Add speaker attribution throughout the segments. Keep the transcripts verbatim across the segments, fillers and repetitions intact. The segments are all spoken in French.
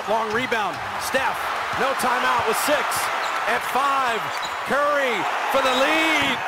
Speaker 1: long rebound. Steph, no timeout with six. At five, Curry for the lead.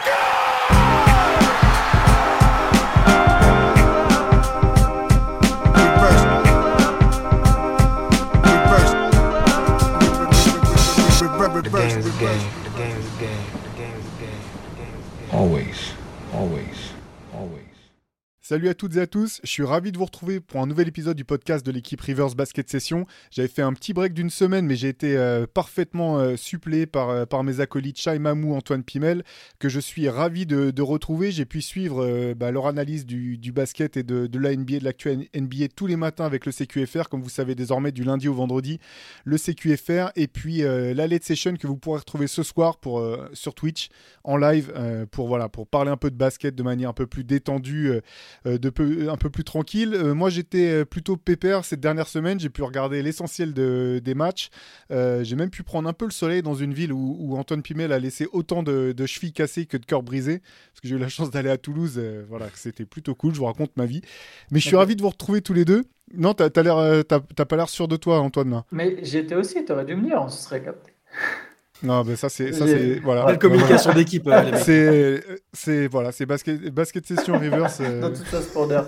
Speaker 2: The game is a game. The game is a game. The game is a game. The game is a game.
Speaker 3: Always, always, always.
Speaker 4: Salut à toutes et à tous, je suis ravi de vous retrouver pour un nouvel épisode du podcast de l'équipe Rivers Basket Session. J'avais fait un petit break d'une semaine, mais j'ai été euh, parfaitement euh, suppléé par, euh, par mes acolytes Shai Mamou, Antoine Pimel, que je suis ravi de, de retrouver. J'ai pu suivre euh, bah, leur analyse du, du basket et de, de la N B A, de l'actuelle N B A tous les matins avec le C Q F R, comme vous savez désormais du lundi au vendredi, le C Q F R, et puis euh, la Late Session que vous pourrez retrouver ce soir pour, euh, sur Twitch en live euh, pour, voilà, pour parler un peu de basket de manière un peu plus détendue, euh, de peu, un peu plus tranquille. Euh, moi, j'étais plutôt pépère cette dernière semaine. J'ai pu regarder l'essentiel de, des matchs. Euh, j'ai même pu prendre un peu le soleil dans une ville où, où Antoine Pimel a laissé autant de, de chevilles cassées que de cœurs brisés. Parce que j'ai eu la chance d'aller à Toulouse. Euh, voilà, c'était plutôt cool. Je vous raconte ma vie. Mais je suis okay. ravi de vous retrouver tous les deux. Non, t'as, t'as, l'air, t'as, t'as pas l'air sûr de toi, Antoine. Là.
Speaker 5: Mais j'étais aussi. T'aurais dû me dire. On se serait capté.
Speaker 4: Non, mais ça c'est ça c'est voilà.
Speaker 6: Belle communication
Speaker 4: voilà.
Speaker 6: d'équipe. Euh, les mecs.
Speaker 4: C'est c'est voilà, c'est basket basket session Rivers. Euh...
Speaker 5: Dans tout ça sport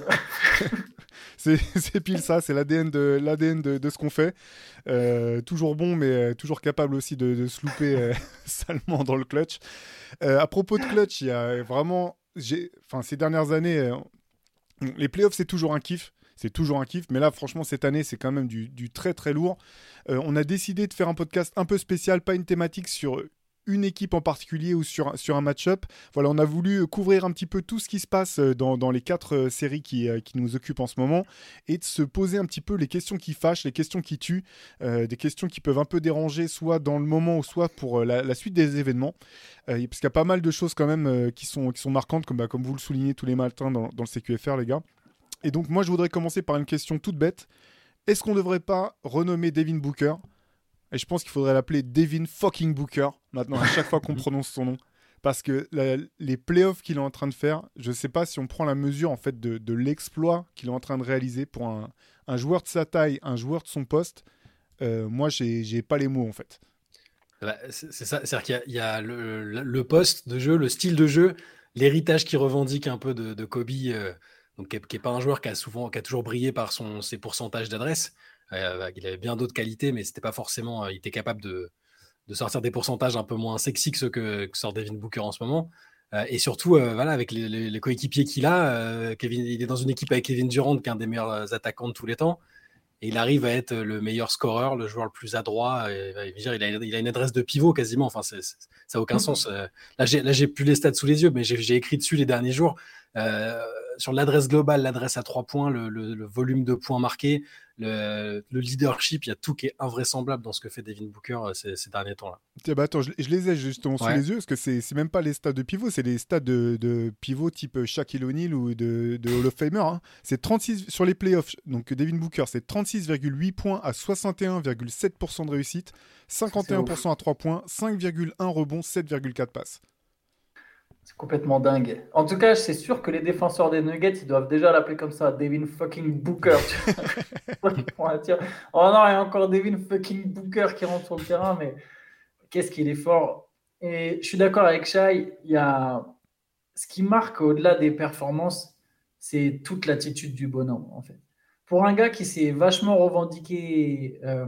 Speaker 4: c'est c'est pile ça, c'est l'A D N de l'A D N de, de ce qu'on fait. Euh, toujours bon, mais euh, toujours capable aussi de, de se louper euh, salement dans le clutch. Euh, à propos de clutch, il y a vraiment, j'ai, enfin ces dernières années, euh, les playoffs c'est toujours un kiff. C'est toujours un kiff, mais là, franchement, cette année, c'est quand même du, du très, très lourd. Euh, on a décidé de faire un podcast un peu spécial, pas une thématique sur une équipe en particulier ou sur, sur un match-up. Voilà, on a voulu couvrir un petit peu tout ce qui se passe dans, dans les quatre euh, séries qui, euh, qui nous occupent en ce moment et de se poser un petit peu les questions qui fâchent, les questions qui tuent, euh, des questions qui peuvent un peu déranger, soit dans le moment ou soit pour euh, la, la suite des événements. Euh, parce qu'il y a pas mal de choses quand même euh, qui, sont, qui sont marquantes, comme, bah, comme vous le soulignez tous les matins dans, dans le C Q F R, les gars. Et donc, moi, je voudrais commencer par une question toute bête. Est-ce qu'on ne devrait pas renommer Devin Booker ? Et je pense qu'il faudrait l'appeler Devin fucking Booker, maintenant, à chaque fois qu'on prononce son nom. Parce que la, les playoffs qu'il est en train de faire, je ne sais pas si on prend la mesure, en fait, de, de l'exploit qu'il est en train de réaliser pour un, un joueur de sa taille, un joueur de son poste. Euh, moi, je n'ai pas les mots, en fait.
Speaker 6: Bah, c'est, c'est ça. C'est-à-dire qu'il y a, il y a le, le, le poste de jeu, le style de jeu, l'héritage qu'il revendique un peu de, de Kobe... Euh... Donc, qui n'est pas un joueur qui a, souvent, qui a toujours brillé par son, ses pourcentages d'adresse. Euh, il avait bien d'autres qualités, mais c'était pas forcément, il était capable de, de sortir des pourcentages un peu moins sexy que ceux que, que sort Devin Booker en ce moment. Euh, et surtout, euh, voilà, avec les, les, les coéquipiers qu'il a, euh, Kevin, il est dans une équipe avec Kevin Durant, qui est un des meilleurs attaquants de tous les temps. Et il arrive à être le meilleur scoreur, le joueur le plus adroit. Et, et, il, a, il a une adresse de pivot quasiment. Enfin, c'est, c'est, ça n'a aucun sens. Euh, là, j'ai, là, j'ai plus les stats sous les yeux, mais j'ai, j'ai écrit dessus les derniers jours. Euh, sur l'adresse globale, l'adresse à trois points, le, le, le volume de points marqués, le, le leadership, il y a tout qui est invraisemblable dans ce que fait Devin Booker euh, ces, ces derniers temps-là.
Speaker 4: Tiens, bah attends, je, je les ai justement sous ouais. les yeux, parce que c'est, c'est même pas les stats de pivot, c'est les stats de, de pivot type Shaquille O'Neal ou de, de Hall of Famer. Hein. C'est trente-six sur les playoffs, donc Devin Booker, c'est trente-six virgule huit points à soixante et un virgule sept pour cent de réussite, cinquante et un pour cent à trois points, cinq virgule un rebonds, sept virgule quatre passes.
Speaker 5: C'est complètement dingue. En tout cas, c'est sûr que les défenseurs des Nuggets, ils doivent déjà l'appeler comme ça, Devin fucking Booker. Oh non, il y a encore Devin fucking Booker qui rentre sur le terrain, mais qu'est-ce qu'il est fort. Et je suis d'accord avec Shai, il y a... ce qui marque au-delà des performances, c'est toute l'attitude du bonhomme, en fait. Pour un gars qui s'est vachement revendiqué euh,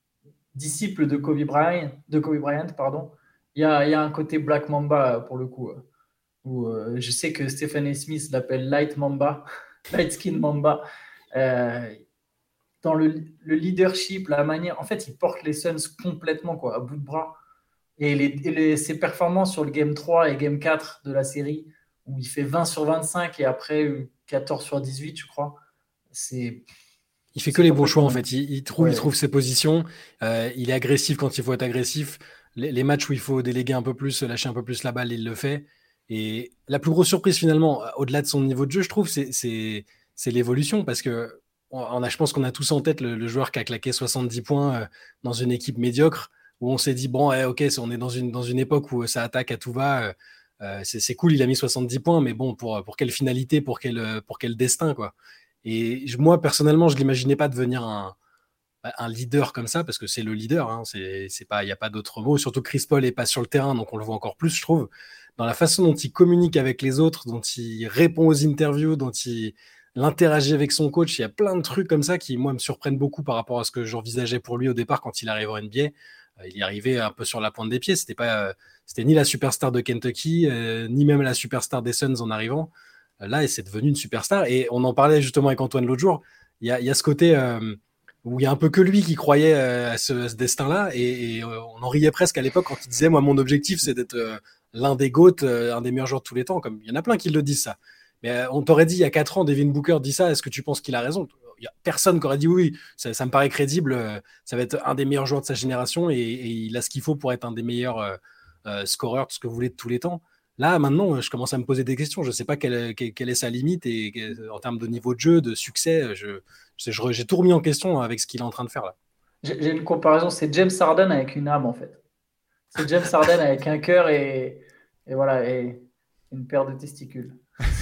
Speaker 5: disciple de Kobe Bryant, de Kobe Bryant, pardon, il y a, il y a un côté Black Mamba, pour le coup. Où, euh, je sais que Stephen A. Smith l'appelle Light Mamba, Light Skin Mamba. Euh, dans le, le leadership, la manière... En fait, il porte les Suns complètement, quoi, à bout de bras. Et, les, et les, ses performances sur le Game trois et Game quatre de la série, où il fait vingt sur vingt-cinq et après quatorze sur dix-huit, je crois, c'est...
Speaker 6: Il fait que les bons choix, en fait. Il, il, trouve, ouais. il trouve ses positions. Euh, il est agressif quand il faut être agressif. Les, les matchs où il faut déléguer un peu plus, lâcher un peu plus la balle, il le fait. Et la plus grosse surprise, finalement, au-delà de son niveau de jeu, je trouve, c'est, c'est, c'est l'évolution. Parce que on a, je pense qu'on a tous en tête le, le joueur qui a claqué soixante-dix points dans une équipe médiocre, où on s'est dit, bon, eh, ok, on est dans une, dans une époque où ça attaque à tout va. Euh, c'est, c'est cool, il a mis soixante-dix points, mais bon, pour, pour quelle finalité, pour quel, pour quel destin, quoi. Et moi, personnellement, je ne l'imaginais pas devenir un, bah, un leader comme ça, parce que c'est le leader, hein, c'est, c'est pas, il n'y a pas d'autre mot. Surtout Chris Paul n'est pas sur le terrain, donc on le voit encore plus, je trouve. Dans la façon dont il communique avec les autres, dont il répond aux interviews, dont il, il interagit avec son coach, il y a plein de trucs comme ça qui, moi, me surprennent beaucoup par rapport à ce que j'envisageais pour lui au départ quand il arrive en N B A. Euh, il y arrivait un peu sur la pointe des pieds. C'était pas, euh, c'était ni la superstar de Kentucky, euh, ni même la superstar des Suns en arrivant. Euh, là, c'est devenu une superstar. Et on en parlait justement avec Antoine l'autre jour. Il y a, il y a ce côté euh, où il y a un peu que lui qui croyait euh, à, ce, à ce destin-là. Et, et euh, on en riait presque à l'époque quand il disait, moi, mon objectif, c'est d'être euh, l'un des GOAT, euh, un des meilleurs joueurs de tous les temps. Comme il y en a plein qui le disent ça. Mais euh, on t'aurait dit il y a quatre ans, Devin Booker dit ça. Est-ce que tu penses qu'il a raison? Il y a personne qui aurait dit oui. Ça, ça me paraît crédible. euh, Ça va être un des meilleurs joueurs de sa génération et, et il a ce qu'il faut pour être un des meilleurs euh, euh, scoreurs, tout ce que vous voulez, de tous les temps. Là, maintenant, je commence à me poser des questions. Je ne sais pas quelle, quelle, quelle est sa limite et en termes de niveau de jeu, de succès. Je, je, je, j'ai tout remis en question avec ce qu'il est en train de faire là.
Speaker 5: J'ai j'ai une comparaison, c'est James Harden avec une âme en fait. C'est James Harden avec un cœur et, et voilà, et une paire de testicules.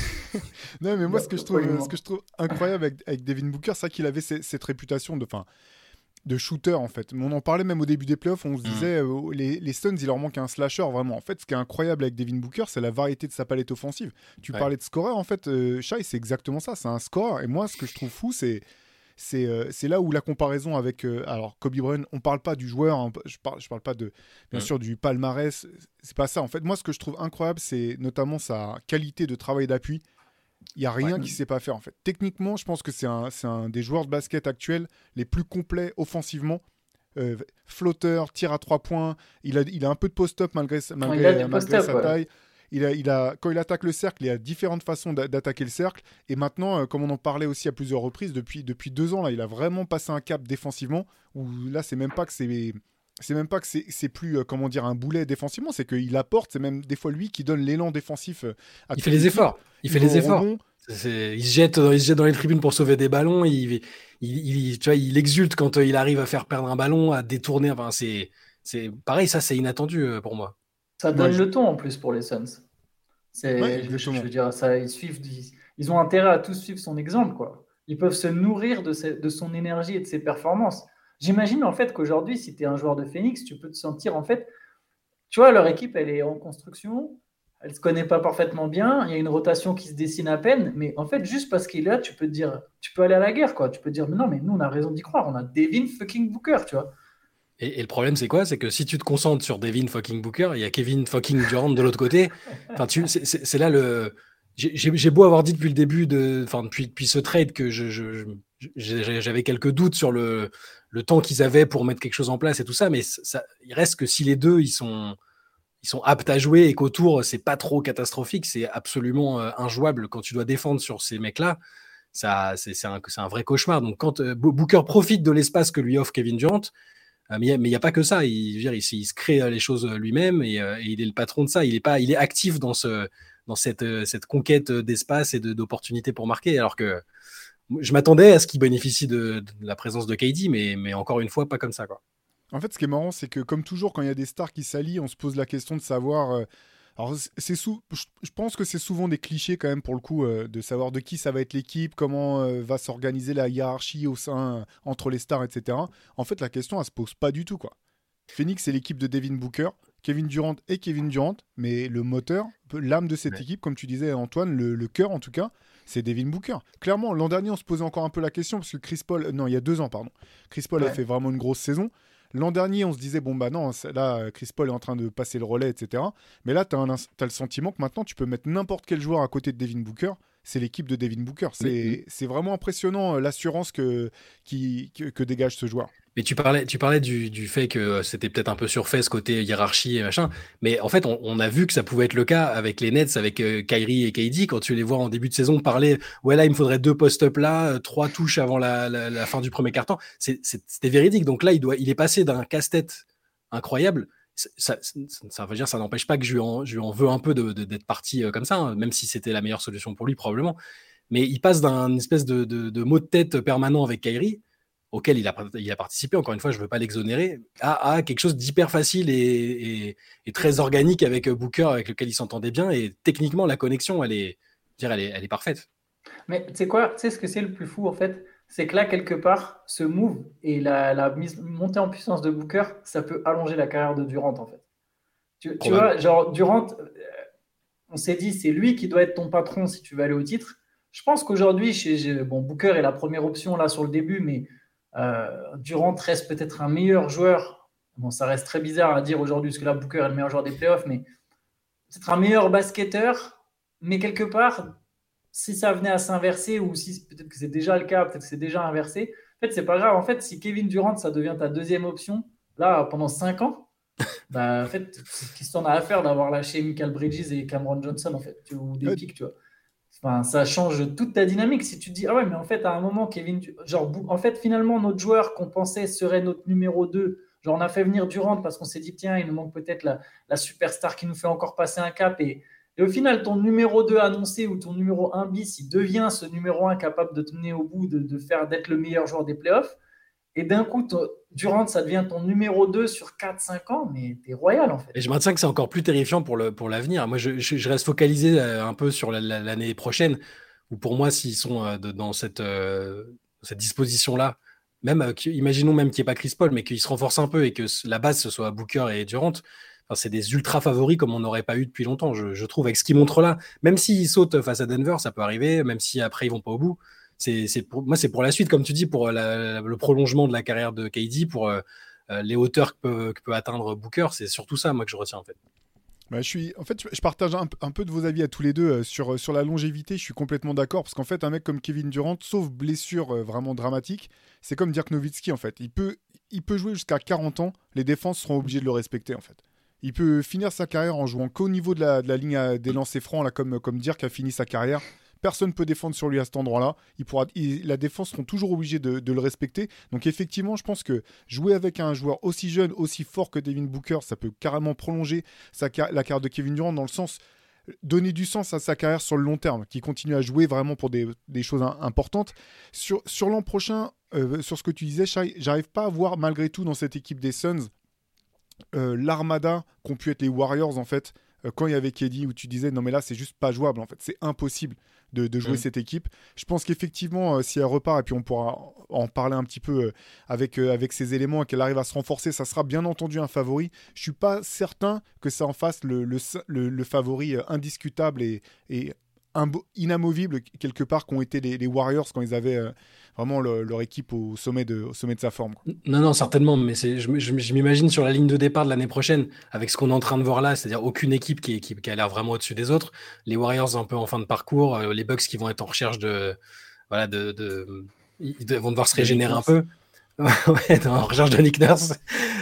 Speaker 4: Non, mais moi, ce que je trouve,
Speaker 5: Absolument.
Speaker 4: ce que je trouve incroyable avec, avec Devin Booker, c'est qu'il avait ces- cette réputation de, fin, de shooter, en fait. Mais on en parlait même au début des playoffs, on se disait, euh, les, les Suns, il leur manque un slasher, vraiment. En fait, ce qui est incroyable avec Devin Booker, c'est la variété de sa palette offensive. Tu
Speaker 6: Ouais.
Speaker 4: parlais de scoreur, en fait, euh, Shai, c'est exactement ça, c'est un scoreur. Et moi, ce que je trouve fou, c'est... C'est, euh, c'est là où la comparaison avec euh, alors Kobe Bryant, on parle pas du joueur, hein, je parle je parle pas de bien
Speaker 6: Mm.
Speaker 4: sûr du palmarès, c'est pas ça en fait. Moi ce que je trouve incroyable, c'est notamment sa qualité de travail d'appui. Il y a rien
Speaker 5: Ouais.
Speaker 4: qu'il sait pas faire en fait. Techniquement, je pense que c'est un c'est un des joueurs de basket actuels les plus complets offensivement. Euh, flotteur, tir à trois points, il a, il a un peu de post-up malgré, sa- malgré,
Speaker 5: il a du
Speaker 4: malgré
Speaker 5: post-up,
Speaker 4: sa
Speaker 5: ouais.
Speaker 4: taille. Il a, il a, quand il attaque le cercle, il y a différentes façons d'a- d'attaquer le cercle. Et maintenant, euh, comme on en parlait aussi à plusieurs reprises, depuis, depuis deux ans, là, il a vraiment passé un cap défensivement. Où là, c'est même pas que c'est, c'est même pas que c'est, c'est plus, euh, comment dire, un boulet défensivement. C'est qu'il apporte, c'est même des fois lui qui donne l'élan défensif euh, à
Speaker 6: Il
Speaker 4: toute
Speaker 6: fait les
Speaker 4: l'équipe.
Speaker 6: efforts. Il fait
Speaker 4: va
Speaker 6: les
Speaker 4: au
Speaker 6: efforts.
Speaker 4: rebond.
Speaker 6: C'est- c'est- il, se jette, il se jette dans les tribunes pour sauver des ballons. Il, il, il- tu vois, il exulte quand euh, il arrive à faire perdre un ballon, à détourner. Enfin, c'est, c'est pareil, ça, c'est inattendu euh, pour moi.
Speaker 5: Ça
Speaker 4: Ouais,
Speaker 5: donne
Speaker 4: je-
Speaker 5: le ton en plus pour les Suns.
Speaker 4: Ouais,
Speaker 5: C'est, je, je
Speaker 4: exactement.
Speaker 5: veux dire, ça, ils suivent, ils, ils ont intérêt à tous suivre son exemple, quoi. Ils peuvent se nourrir de, ses- de son énergie et de ses performances. J'imagine en fait qu'aujourd'hui, si tu es un joueur de Phoenix, tu peux te sentir en fait, tu vois, leur équipe, elle est en construction, elle se connaît pas parfaitement bien, il y a une rotation qui se dessine à peine, mais en fait, juste parce qu'il est là, tu peux te dire, tu peux aller à la guerre, quoi. Tu peux te dire, mais non, mais nous, on a raison d'y croire, on a Devin fucking Booker, tu vois.
Speaker 6: Et, et le problème, c'est quoi? C'est que si tu te concentres sur Devin fucking Booker, il y a Kevin fucking Durant de l'autre côté. Enfin, tu, c'est, c'est- c'est là le. J'ai j'ai- j'ai beau avoir dit depuis le début de, enfin depuis, depuis ce trade que je, je- je- j'ai- j'avais quelques doutes sur le, le temps qu'ils avaient pour mettre quelque chose en place et tout ça, mais ça, il reste que si les deux ils sont, ils sont aptes à jouer et qu'autour c'est pas trop catastrophique, c'est absolument euh, injouable quand tu dois défendre sur ces mecs-là. Ça, c'est c'est un, c'est un vrai cauchemar. Donc quand euh, Bo- Booker profite de l'espace que lui offre Kevin Durant. Euh, mais il n'y a pas que ça. Il, je veux dire, il, il se crée euh, les choses euh, lui-même et, euh, et il est le patron de ça. Il est, pas, il est actif dans, ce, dans cette, euh, cette conquête d'espace et de, d'opportunités pour marquer. Alors que je m'attendais à ce qu'il bénéficie de, de la présence de K D, mais, mais encore une fois, pas comme ça, quoi.
Speaker 4: En fait, ce qui est marrant, c'est que comme toujours, quand il y a des stars qui s'allient, on se pose la question de savoir. euh, alors, c'est- c'est sou- je je pense que c'est souvent des clichés quand même pour le coup, euh, de savoir de qui ça va être l'équipe, comment euh, va s'organiser la hiérarchie au sein euh, entre les stars, et cetera. En fait, la question, elle se pose pas du tout, quoi. Phoenix, c'est l'équipe de Devin Booker, Kevin Durant et Kevin Durant, mais le moteur, peu- l'âme de cette
Speaker 6: Ouais.
Speaker 4: équipe, comme tu disais Antoine, le, le cœur en tout cas, c'est Devin Booker. Clairement, l'an dernier, on se posait encore un peu la question parce que Chris Paul, euh, non, il y a deux ans, pardon, Chris Paul a
Speaker 5: Ouais.
Speaker 4: fait vraiment une grosse saison. L'an dernier, on se disait, bon, bah non, c'est- là, Chris Paul est en train de passer le relais, et cetera. Mais là, tu as, le sentiment que maintenant, tu peux mettre n'importe quel joueur à côté de Devin Booker. C'est l'équipe de Devin Booker. C'est c'est vraiment impressionnant euh, l'assurance que, qui, que, que dégage ce joueur.
Speaker 6: Mais tu parlais, tu parlais du, du fait que c'était peut-être un peu surfait ce côté hiérarchie et machin. Mais en fait, on, on a vu que ça pouvait être le cas avec les Nets, avec euh, Kyrie et K D. Quand tu les vois en début de saison parler, ouais, là, il me faudrait deux post-up là, euh, trois touches avant la, la, la fin du premier quart-temps. C'est- c'est- C'était véridique. Donc là, il, doit, il est passé d'un casse-tête incroyable. Ça, ça, ça, ça veut dire, ça n'empêche pas que je lui en, je lui en veux un peu de, de- d'être parti euh, comme ça, hein, même si c'était la meilleure solution pour lui, probablement. Mais il passe d'un espèce de, de, de mot de tête permanent avec Kyrie, auquel il a, il a participé, encore une fois, je ne veux pas l'exonérer, à, à quelque chose d'hyper facile et, et, et très organique avec Booker, avec lequel il s'entendait bien. Et techniquement, la connexion, elle est, je veux dire, elle est, elle est parfaite.
Speaker 5: Mais tu sais quoi, tu sais ce que c'est le plus fou en fait? c'est que là, quelque part, ce move et la, la mise, montée en puissance de Booker, ça peut allonger la carrière de Durant, en fait. Tu, tu vois, genre, Durant, euh, on s'est dit, c'est lui qui doit être ton patron si tu veux aller au titre. Je pense qu'aujourd'hui, chez, chez- bon, Booker est la première option là sur le début, mais euh, Durant reste peut-être un meilleur joueur. Bon, ça reste très bizarre à dire aujourd'hui, parce que là, Booker est le meilleur joueur des playoffs, mais peut-être un meilleur basketteur. Mais quelque part, si ça venait à s'inverser, ou si peut-être que c'est déjà le cas, peut-être que c'est déjà inversé, en fait, c'est pas grave. En fait, si Kevin Durant, ça devient ta deuxième option, là, pendant cinq ans, bah, en fait, qu'est-ce que t'en as à faire d'avoir lâché Michael Bridges et Cameron Johnson, en fait, tu- ou des
Speaker 4: Ouais,
Speaker 5: pics, tu vois. Enfin, ça change toute ta dynamique. Si tu te dis, ah ouais, mais en fait, à un moment, Kevin, genre, en fait, finalement, notre joueur qu'on pensait serait notre numéro deux, genre, on a fait venir Durant parce qu'on s'est dit, tiens, il nous manque peut-être la, la superstar qui nous fait encore passer un cap. Et, et au final, ton numéro deux annoncé ou ton numéro un bis, il devient ce numéro un capable de te mener au bout, de, de faire d'être le meilleur joueur des playoffs. Et d'un coup, ton- Durant, ça devient ton numéro deux sur quatre cinq ans, mais t'es royal, en fait.
Speaker 6: Et je maintiens que c'est encore plus terrifiant pour le, pour l'avenir. Moi, je, je- je reste focalisé euh, un peu sur la- la- l'année prochaine, où pour moi, s'ils sont euh, de- dans cette, euh, cette disposition-là, même, euh, qu'il- imaginons même qu'il n'y ait pas Chris Paul, mais qu'ils se renforcent un peu et que c- la base, ce soit Booker et Durant, enfin, c'est des ultra favoris comme on n'aurait pas eu depuis longtemps, je, je trouve, avec ce qu'ils montrent là. Même s'ils sautent face à Denver, ça peut arriver, même si après, ils vont pas au bout. C'est, c'est pour, moi, c'est pour la suite, comme tu dis, pour la- le prolongement de la carrière de K D, pour euh, euh, les hauteurs que peut, que peut atteindre Booker. C'est surtout ça, moi, que je retiens, en fait.
Speaker 4: Bah, je suis, en fait, je partage un, un peu de vos avis à tous les deux euh, sur, sur la longévité. Je suis complètement d'accord parce qu'en fait, un mec comme Kevin Durant, sauf blessure euh, vraiment dramatique, c'est comme Dirk Nowitzki en fait. Il peut, il peut jouer jusqu'à quarante ans, les défenses seront obligées de le respecter en fait. Il peut finir sa carrière en jouant qu'au niveau de la, de la ligne à- des lancers francs, là, comme, comme Dirk a fini sa carrière. Personne ne peut défendre sur lui à cet endroit-là. Il pourra, il- la défense seront toujours obligés de, de le respecter. Donc effectivement, je pense que jouer avec un joueur aussi jeune, aussi fort que Devin Booker, ça peut carrément prolonger sa, car- la carrière de Kevin Durant dans le sens donner du sens à sa carrière sur le long terme, qui continue à jouer vraiment pour des, des choses im- importantes. Sur, sur l'an prochain, euh, sur ce que tu disais, Shai, j'arrive pas à voir malgré tout dans cette équipe des Suns euh, l'armada qu'ont pu être les Warriors en fait euh, quand il y avait K D où tu disais non mais là c'est juste pas jouable en fait, c'est impossible de, de jouer
Speaker 6: Mm.
Speaker 4: cette équipe. Je pense qu'effectivement euh, si elle repart et puis on pourra en parler un petit peu euh, avec, euh, avec ces éléments et qu'elle arrive à se renforcer, ça sera bien entendu un favori. Je suis pas certain que ça en fasse le, le, le, le favori euh, indiscutable et, et imbo- inamovible quelque part qu'ont été les, les Warriors quand ils avaient euh, vraiment le- leur équipe au sommet de, au sommet de sa forme, quoi.
Speaker 6: Non, non, certainement, mais c'est, je, me- je, me- je m'imagine sur la ligne de départ de l'année prochaine, avec ce qu'on est en train de voir là, c'est-à-dire aucune équipe qui, est- qui, qui a l'air vraiment au-dessus des autres. Les Warriors un peu en fin de parcours, euh, les Bucks qui vont être en recherche de, voilà, de, de, ils ils vont devoir se
Speaker 4: De
Speaker 6: régénérer un
Speaker 4: Nick
Speaker 6: peu. Ouais, en recherche de Nick Nurse.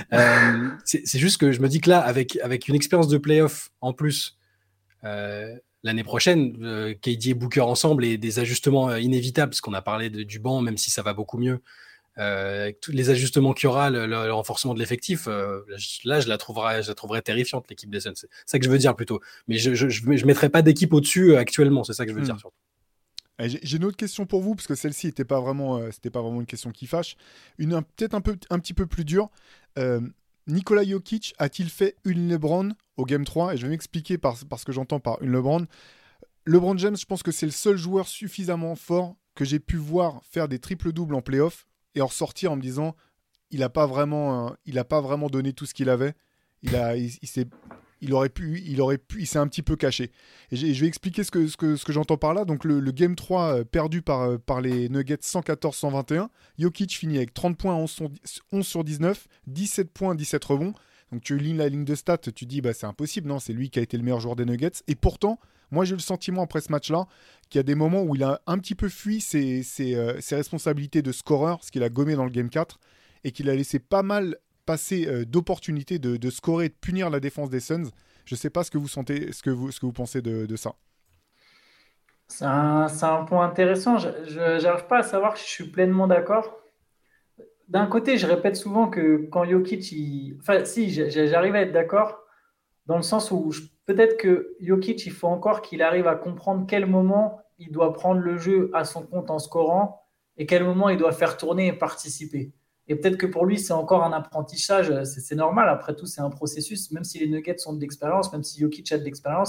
Speaker 6: Euh, c'est, c'est juste que je me dis que là, avec, avec une expérience de playoff en plus, euh, l'année prochaine, euh, K D et Booker ensemble et des ajustements euh, inévitables, parce qu'on a parlé de, du banc, même si ça va beaucoup mieux. Euh, avec tous les ajustements qu'il y aura, le, le- le renforcement de l'effectif, euh, là, je, là, je la trouverais, je la trouverais terrifiante, l'équipe des Suns. C'est ça que je veux dire plutôt. Mais je je, je, je mettrai pas d'équipe au-dessus euh, actuellement, c'est ça que je veux
Speaker 4: Hmm.
Speaker 6: dire surtout.
Speaker 4: Allez, J'ai j'ai une autre question pour vous, parce que celle-ci n'était pas, vraiment, euh, c'était pas vraiment une question qui fâche. Une un- peut-être un, peu, un petit peu plus dure. Euh, Nikola Jokic a-t-il fait une LeBron au Game trois? Et je vais m'expliquer par, par ce que j'entends par une LeBron. LeBron James, je pense que c'est le seul joueur suffisamment fort que j'ai pu voir faire des triples-doubles en playoff et en ressortir en me disant il n'a pas, vraiment, euh, il a pas vraiment donné tout ce qu'il avait. Il, a, il, il s'est il aurait pu, il aurait pu, il s'est un petit peu caché. Et j'ai- je vais expliquer ce que, ce que, ce que j'entends par là. Donc le, le Game trois euh, perdu par, euh, par les Nuggets cent quatorze à cent vingt et un. Jokic finit avec trente points, onze sur dix-neuf, dix-sept points, dix-sept rebonds. Donc tu lignes la ligne de stats, tu dis bah c'est impossible, non, c'est lui qui a été le meilleur joueur des Nuggets. Et pourtant, moi j'ai eu le sentiment après ce match-là qu'il y a des moments où il a un petit peu fui ses, ses, euh, ses responsabilités de scoreur, ce qu'il a gommé dans le Game quatre, et qu'il a laissé pas mal passer euh, d'opportunités de, de scorer et de punir la défense des Suns. Je sais pas ce que vous sentez, ce que vous, ce que vous pensez de, de ça.
Speaker 5: C'est un, c'est un point intéressant. Je n'arrive pas à savoir si je suis pleinement d'accord. D'un côté, je répète souvent que quand Jokic, il... enfin, si, j'ai- j'ai- j'arrive à être d'accord dans le sens où je- peut-être que Jokic, il faut encore qu'il arrive à comprendre quel moment il doit prendre le jeu à son compte en scorant et quel moment il doit faire tourner et participer. Et peut-être que pour lui, c'est encore un apprentissage. C'est c'est normal. Après tout, c'est un processus. Même si les Nuggets ont de l'expérience, même si Jokic a de l'expérience,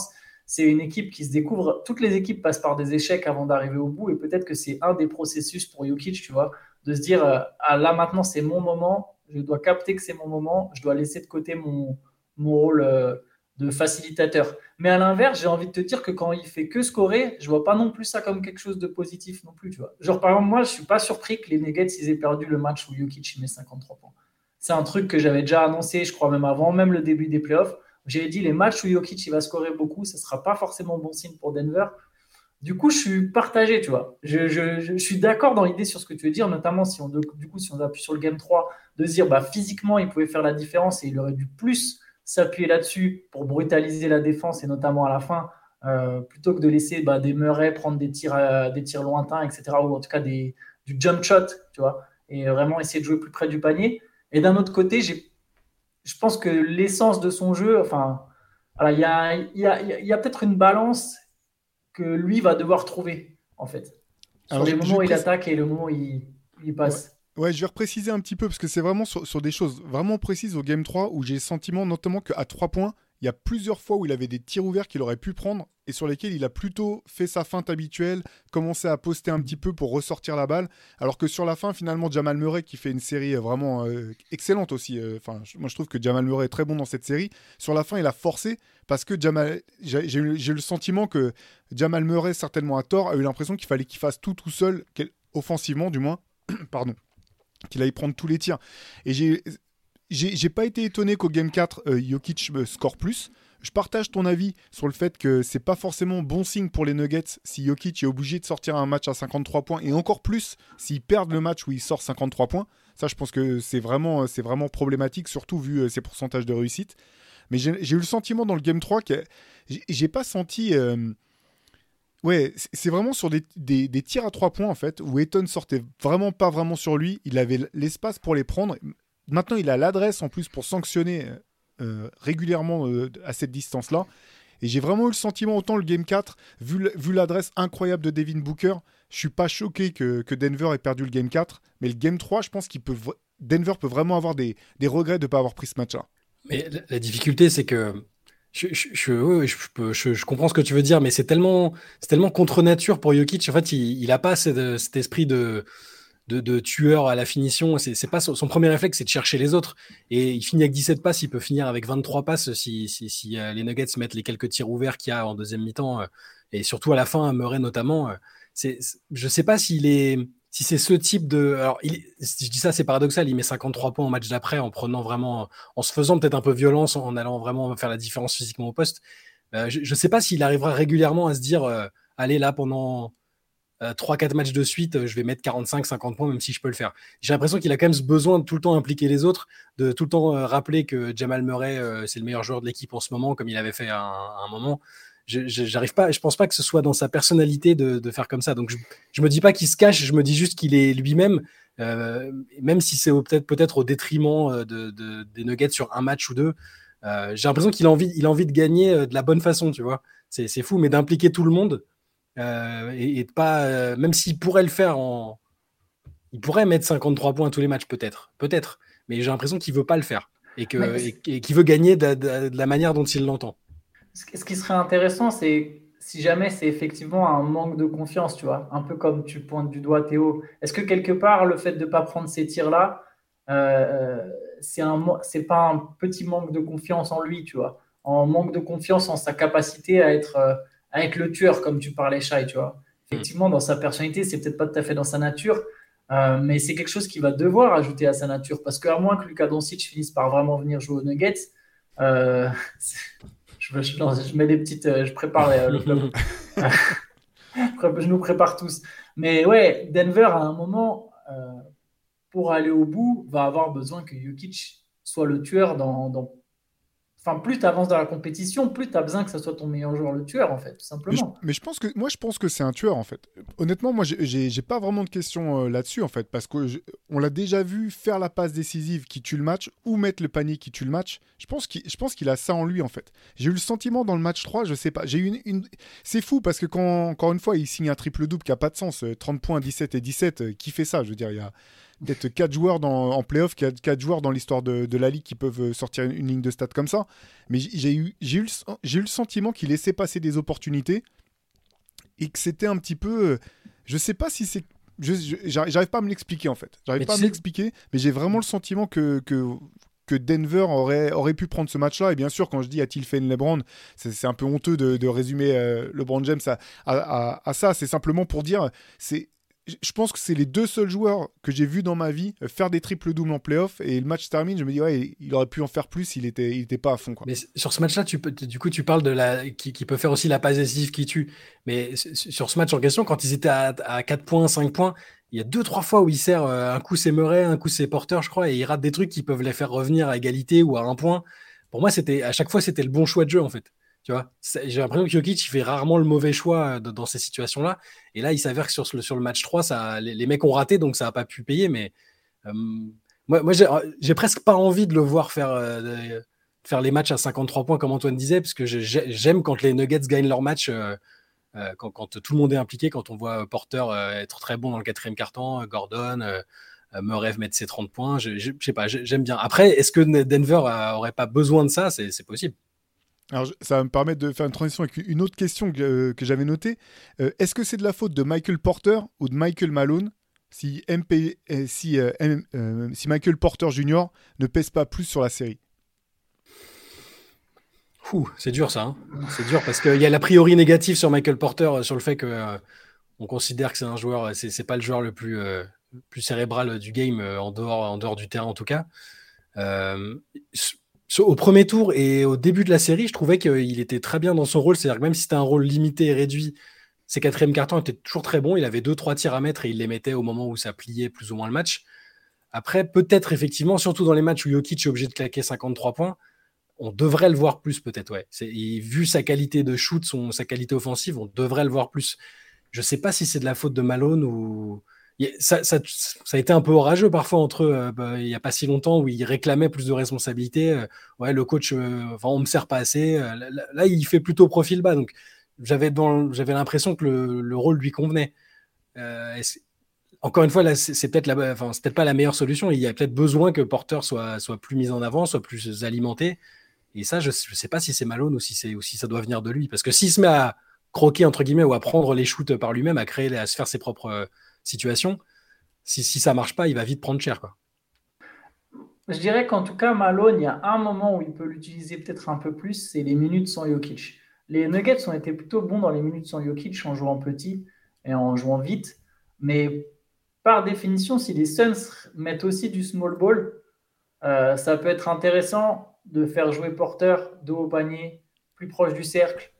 Speaker 5: c'est une équipe qui se découvre. Toutes les équipes passent par des échecs avant d'arriver au bout, et peut-être que c'est un des processus pour Jokic, tu vois, de se dire euh, ah, là maintenant c'est mon moment, je dois capter que c'est mon moment, je dois laisser de côté mon, mon rôle euh, de facilitateur. Mais à l'inverse, j'ai envie de te dire que quand il fait que scorer, je vois pas non plus ça comme quelque chose de positif non plus, tu vois. Genre par exemple, moi je suis pas surpris que les Nuggets ils aient perdu le match où Jokic met cinquante-trois points. C'est un truc que j'avais déjà annoncé, je crois même avant même le début des playoffs. J'avais dit les matchs où Jokic il va scorer beaucoup, ça ne sera pas forcément bon signe pour Denver. Du coup, je suis partagé, tu vois. Je, je, je suis d'accord dans l'idée sur ce que tu veux dire, notamment si on, du coup, si on appuie sur le Game trois, de se dire bah, physiquement, il pouvait faire la différence et il aurait dû plus s'appuyer là-dessus pour brutaliser la défense et notamment à la fin, euh, plutôt que de laisser bah, des Murray prendre des tirs, euh, des tirs lointains, et cetera, ou en tout cas des, du jump shot, tu vois, et vraiment essayer de jouer plus près du panier. Et d'un autre côté, j'ai je pense que l'essence de son jeu, enfin, il y a, y a, y a peut-être une balance que lui va devoir trouver, en fait, sur
Speaker 4: Alors,
Speaker 5: les
Speaker 4: je-
Speaker 5: moments où
Speaker 4: je
Speaker 5: il
Speaker 4: précise-
Speaker 5: attaque et le moment où il, il passe.
Speaker 4: Ouais, je vais repréciser un petit peu, parce que c'est vraiment sur, sur des choses vraiment précises au Game trois, où j'ai le sentiment notamment qu'à trois points, il y a plusieurs fois où il avait des tirs ouverts qu'il aurait pu prendre, et sur lesquels il a plutôt fait sa feinte habituelle, commencé à poster un petit peu pour ressortir la balle, alors que sur la fin, finalement, Jamal Murray, qui fait une série euh, vraiment euh, excellente aussi, euh, enfin, je- moi je trouve que Jamal Murray est très bon dans cette série, sur la fin, il a forcé, parce que Jamal, j'ai, j'ai eu- j'ai eu le sentiment que Jamal Murray, certainement à tort, a eu l'impression qu'il fallait qu'il fasse tout tout seul, quel- offensivement du moins, pardon, qu'il aille prendre tous les tirs. Et j'ai, j'ai, j'ai pas été étonné qu'au Game quatre, euh, Jokic euh, score plus. Je partage ton avis sur le fait que c'est pas forcément bon signe pour les Nuggets si Jokic est obligé de sortir un match à cinquante-trois points, et encore plus s'ils perdent le match où il sort cinquante-trois points. Ça, je pense que c'est vraiment, c'est vraiment problématique, surtout vu euh, ses pourcentages de réussite. Mais j'ai, j'ai eu le sentiment dans le Game trois que j'ai, j'ai pas senti... euh, Ouais, c'est c'est vraiment sur des, des- des tirs à trois points, en fait, où Ayton sortait vraiment pas vraiment sur lui. Il avait l'espace pour les prendre. Maintenant, il a l'adresse en plus pour sanctionner euh, régulièrement euh, à cette distance-là. Et j'ai vraiment eu le sentiment, autant le Game quatre, vu, le- vu l'adresse incroyable de Devin Booker, je suis pas choqué que, que Denver ait perdu le Game quatre. Mais le Game trois, je pense qu'il peut, v- Denver peut vraiment avoir des, des regrets de ne pas avoir pris ce match-là.
Speaker 6: Mais la, la difficulté, c'est que je, je, je, ouais, ouais, je, peux- je- je comprends ce que tu veux dire, mais c'est tellement, c'est tellement contre nature pour Jokic. En fait, il, il a pas cet, cet esprit de, de, de tueur à la finition. C'est, c'est pas son, son premier réflexe, c'est de chercher les autres. Et il finit avec dix-sept passes, il peut finir avec vingt-trois passes si, si, si euh, les Nuggets mettent les quelques tirs ouverts qu'il y a en deuxième mi-temps. euh, et surtout à la fin, Murray notamment. euh, c'est, c'est- je sais pas s'il est, si c'est ce type de. Alors, il, si je dis ça, c'est paradoxal. Il met cinquante-trois points au match d'après en prenant vraiment, en se faisant peut-être un peu violence, en allant vraiment faire la différence physiquement au poste. Euh, je ne sais pas s'il arrivera régulièrement à se dire, euh, allez là pendant euh, trois quatre matchs de suite, euh, je vais mettre quarante-cinq cinquante points, même si je peux le faire. J'ai l'impression qu'il a quand même ce besoin de tout le temps impliquer les autres, de tout le temps euh, rappeler que Jamal Murray, euh, c'est le meilleur joueur de l'équipe en ce moment, comme il avait fait à un, à un moment. Je, je, j'arrive pas, je pense pas que ce soit dans sa personnalité de, de faire comme ça. Donc je, je me dis pas qu'il se cache, je me dis juste qu'il est lui-même, euh, même si c'est au, peut-être peut-être au détriment euh, de, de, des Nuggets sur un match ou deux. Euh, j'ai l'impression qu'il a envie, il a envie de gagner euh, de la bonne façon, tu vois. C'est, c'est fou, mais d'impliquer tout le monde euh, et, et de pas, euh, même s'il pourrait le faire en, il pourrait mettre cinquante-trois points à tous les matchs, peut-être, peut-être, mais j'ai l'impression qu'il veut pas le faire et que
Speaker 5: Mais
Speaker 6: et, et qu'il veut gagner de, de, de la manière dont il l'entend.
Speaker 5: ce qui serait intéressant, c'est si jamais c'est effectivement un manque de confiance, tu vois, un peu comme tu pointes du doigt Théo. Est-ce que quelque part, le fait de ne pas prendre ces tirs-là, euh, c'est un, c'est pas un petit manque de confiance en lui, tu vois, en manque de confiance en sa capacité à être, euh, à être le tueur, comme tu parlais, Shai, tu vois. Effectivement, dans sa personnalité, c'est peut-être pas tout à fait dans sa nature, euh, mais c'est quelque chose qu'il va devoir ajouter à sa nature, parce qu'à moins que Luka Doncic finisse par vraiment venir jouer aux Nuggets, euh, je, je, je mets des petites, je prépare euh, le club. Je nous prépare tous. Mais ouais, Denver, à un moment, euh, pour aller au bout, va avoir besoin que Jokic soit le tueur dans. dans... Enfin, plus tu avances dans la compétition, plus tu as besoin que ce soit ton meilleur joueur le tueur, en fait, tout
Speaker 4: Mais je,
Speaker 5: simplement.
Speaker 4: mais je pense que moi je pense que c'est un tueur en fait. Honnêtement, moi j'ai- j'ai j'ai pas vraiment de questions euh, là-dessus en fait parce que je- on l'a déjà vu faire la passe décisive qui tue le match ou mettre le panier qui tue le match. Je pense qu'il je pense qu'il a ça en lui en fait. J'ai eu le sentiment dans le match trois, je sais pas. J'ai eu une, une... c'est fou parce que quand encore une fois il signe un triple double qui a pas de sens, euh, trente points, dix-sept et dix-sept, euh, qui fait ça? Je veux dire, il y a peut-être quatre joueurs dans, en playoff, quatre joueurs dans l'histoire de, de la ligue qui peuvent sortir une, une ligne de stats comme ça. Mais j'ai eu, j'ai eu, le, j'ai eu le sentiment qu'il laissait passer des opportunités et que c'était un petit peu... Je sais pas si c'est... Je, je, j'arrive pas à me l'expliquer en fait. J'arrive mais pas à sais... me l'expliquer, mais j'ai vraiment le sentiment que... que que Denver aurait, aurait pu prendre ce match-là. Et bien sûr, quand je dis a-t-il fait une LeBron, c'est, c'est un peu honteux de, de résumer euh, LeBron James à, à, à, à ça. C'est simplement pour dire, c'est, je pense que c'est les deux seuls joueurs que j'ai vus dans ma vie faire des triples-doubles en playoff. Et le match se termine, je me dis, ouais, il aurait pu en faire plus, il était, il était pas à fond, quoi.
Speaker 6: Mais sur ce match-là, tu peux, du coup, tu parles de la, qui, qui peut faire aussi la passe décisive qui tue. Mais sur ce match en question, quand ils étaient à, à quatre points, cinq points, il y a deux, trois fois où il sert, euh, un coup c'est Murray, un coup c'est Porter, je crois, et il rate des trucs qui peuvent les faire revenir à égalité ou à un point. Pour moi, c'était, à chaque fois, c'était le bon choix de jeu, en fait. Tu vois, c'est, j'ai l'impression que Jokic, il fait rarement le mauvais choix de, dans ces situations-là. Et là, il s'avère que sur, sur le match trois, ça, les, les mecs ont raté, donc ça n'a pas pu payer. Mais euh, moi, moi j'ai, j'ai presque pas envie de le voir faire, euh, de, faire les matchs à cinquante-trois points, comme Antoine disait, parce que je, j'aime quand les Nuggets gagnent leur match. Euh, Euh, quand, quand tout le monde est impliqué, quand on voit Porter euh, être très bon dans le quatrième quart-temps, Gordon, euh, Murray mettre ses trente points, je, je, je sais pas, j'aime bien. Après, est-ce que Denver euh, aurait pas besoin de ça? C'est, c'est possible.
Speaker 4: Alors, ça va me permettre de faire une transition avec une autre question que, que j'avais notée. Euh, est-ce que c'est de la faute de Michael Porter ou de Michael Malone si, M P, euh, si, euh, M, euh, si Michael Porter Junior ne pèse pas plus sur la série?
Speaker 6: Ouh, c'est dur ça, hein. C'est dur parce qu'il y a l'a priori négatif sur Michael Porter, sur le fait qu'on euh, considère que c'est un joueur, c'est, c'est pas le joueur le plus, euh, plus cérébral du game, euh, en, dehors, en dehors du terrain en tout cas. Euh, au premier tour et au début de la série, je trouvais qu'il était très bien dans son rôle, c'est-à-dire que même si c'était un rôle limité et réduit, ses quatrièmes cartons étaient toujours très bons, il avait deux trois tirs à mettre et il les mettait au moment où ça pliait plus ou moins le match. Après, peut-être effectivement, surtout dans les matchs où Jokic est obligé de claquer cinquante-trois points, on devrait le voir plus peut-être, ouais. C'est, et vu sa qualité de shoot, son, sa qualité offensive, on devrait le voir plus. Je sais pas si c'est de la faute de Malone ou... Ça, ça, ça a été un peu orageux parfois entre eux, euh, bah, il n'y a pas si longtemps, où il réclamait plus de responsabilités. Euh, ouais, le coach, euh, enfin, on me sert pas assez. Euh, là, là, il fait plutôt profil bas, donc j'avais, dans, j'avais l'impression que le, le rôle lui convenait. Euh, encore une fois, là, c'est, c'est, peut-être la, enfin, c'est peut-être pas la meilleure solution. Il y a peut-être besoin que Porter soit, soit plus mis en avant, soit plus alimenté. Et ça, je ne sais pas si c'est Malone ou si, c'est, ou si ça doit venir de lui. Parce que s'il se met à croquer, entre guillemets, ou à prendre les shoots par lui-même, à créer, à se faire ses propres euh, situations, si, si ça ne marche pas, il va vite prendre cher, quoi.
Speaker 5: Je dirais qu'en tout cas, Malone, il y a un moment où il peut l'utiliser peut-être un peu plus, c'est les minutes sans Jokic. Les Nuggets ont été plutôt bons dans les minutes sans Jokic en jouant petit et en jouant vite. Mais par définition, si les Suns mettent aussi du small ball, euh, ça peut être intéressant de faire jouer Porter dos au panier, plus proche du cercle,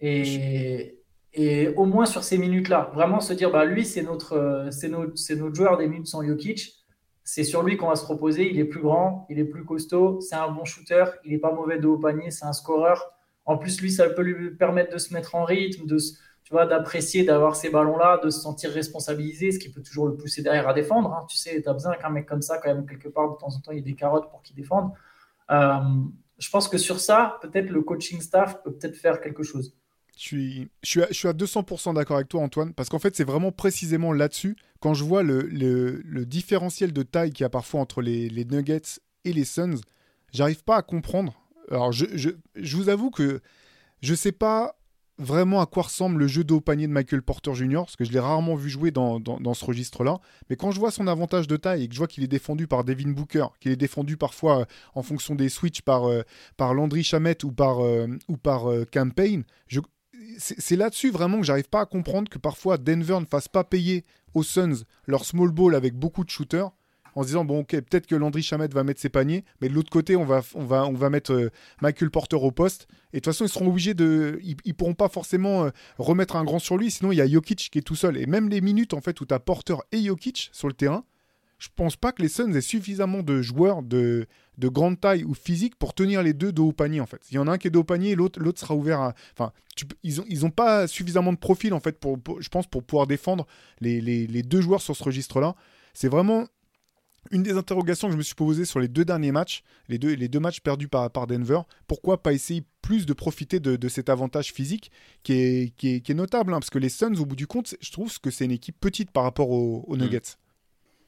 Speaker 5: et, et au moins sur ces minutes-là, vraiment se dire, bah, lui, c'est notre, c'est, notre, c'est notre joueur des minutes sans Jokic, c'est sur lui qu'on va se reposer, il est plus grand, il est plus costaud, c'est un bon shooter, il n'est pas mauvais dos au panier, c'est un scoreur. En plus, lui, ça peut lui permettre de se mettre en rythme, de, tu vois, d'apprécier, d'avoir ces ballons-là, de se sentir responsabilisé, ce qui peut toujours le pousser derrière à défendre. Hein. Tu sais, tu as besoin qu'un mec comme ça, quand même, quelque part, de temps en temps, il y ait des carottes pour qu'il défende. Euh, je pense que sur ça, peut-être le coaching staff peut peut-être faire quelque chose.
Speaker 4: Je suis, je suis, à, je suis à deux cents pour cent d'accord avec toi, Antoine, parce qu'en fait, c'est vraiment précisément là-dessus, quand je vois le, le, le différentiel de taille qu'il y a parfois entre les, les Nuggets et les Suns, j'arrive pas à comprendre. Alors, je, je, je vous avoue que je sais pas vraiment à quoi ressemble le jeu de haut panier de Michael Porter Junior, parce que je l'ai rarement vu jouer dans, dans, dans ce registre-là. Mais quand je vois son avantage de taille et que je vois qu'il est défendu par Devin Booker, qu'il est défendu parfois euh, en fonction des switches par, euh, par Landry Shamet ou par, euh, ou par euh, Campaign, je, c'est, c'est là-dessus vraiment que j'arrive pas à comprendre que parfois Denver ne fasse pas payer aux Suns leur small ball avec beaucoup de shooters, en se disant, bon, ok, peut-être que Landry Shamet va mettre ses paniers, mais de l'autre côté, on va, on va, on va mettre euh, Michael Porter au poste. Et de toute façon, ils seront obligés de... Ils, ils pourront pas forcément euh, remettre un grand sur lui, sinon il y a Jokic qui est tout seul. Et même les minutes, en fait, où tu as Porter et Jokic sur le terrain, je pense pas que les Suns aient suffisamment de joueurs de, de grande taille ou physique pour tenir les deux de haut panier, en fait. Il y en a un qui est de haut panier, l'autre, l'autre sera ouvert à... Enfin, tu, ils ont, ils ont pas suffisamment de profil, en fait, pour, pour, je pense, pour pouvoir défendre les, les, les deux joueurs sur ce registre-là. C'est vraiment... une des interrogations que je me suis posée sur les deux derniers matchs, les deux, les deux matchs perdus par, par Denver, pourquoi pas essayer plus de profiter de, de cet avantage physique qui est, qui est, qui est notable, hein, parce que les Suns, au bout du compte, je trouve que c'est une équipe petite par rapport aux, aux Nuggets.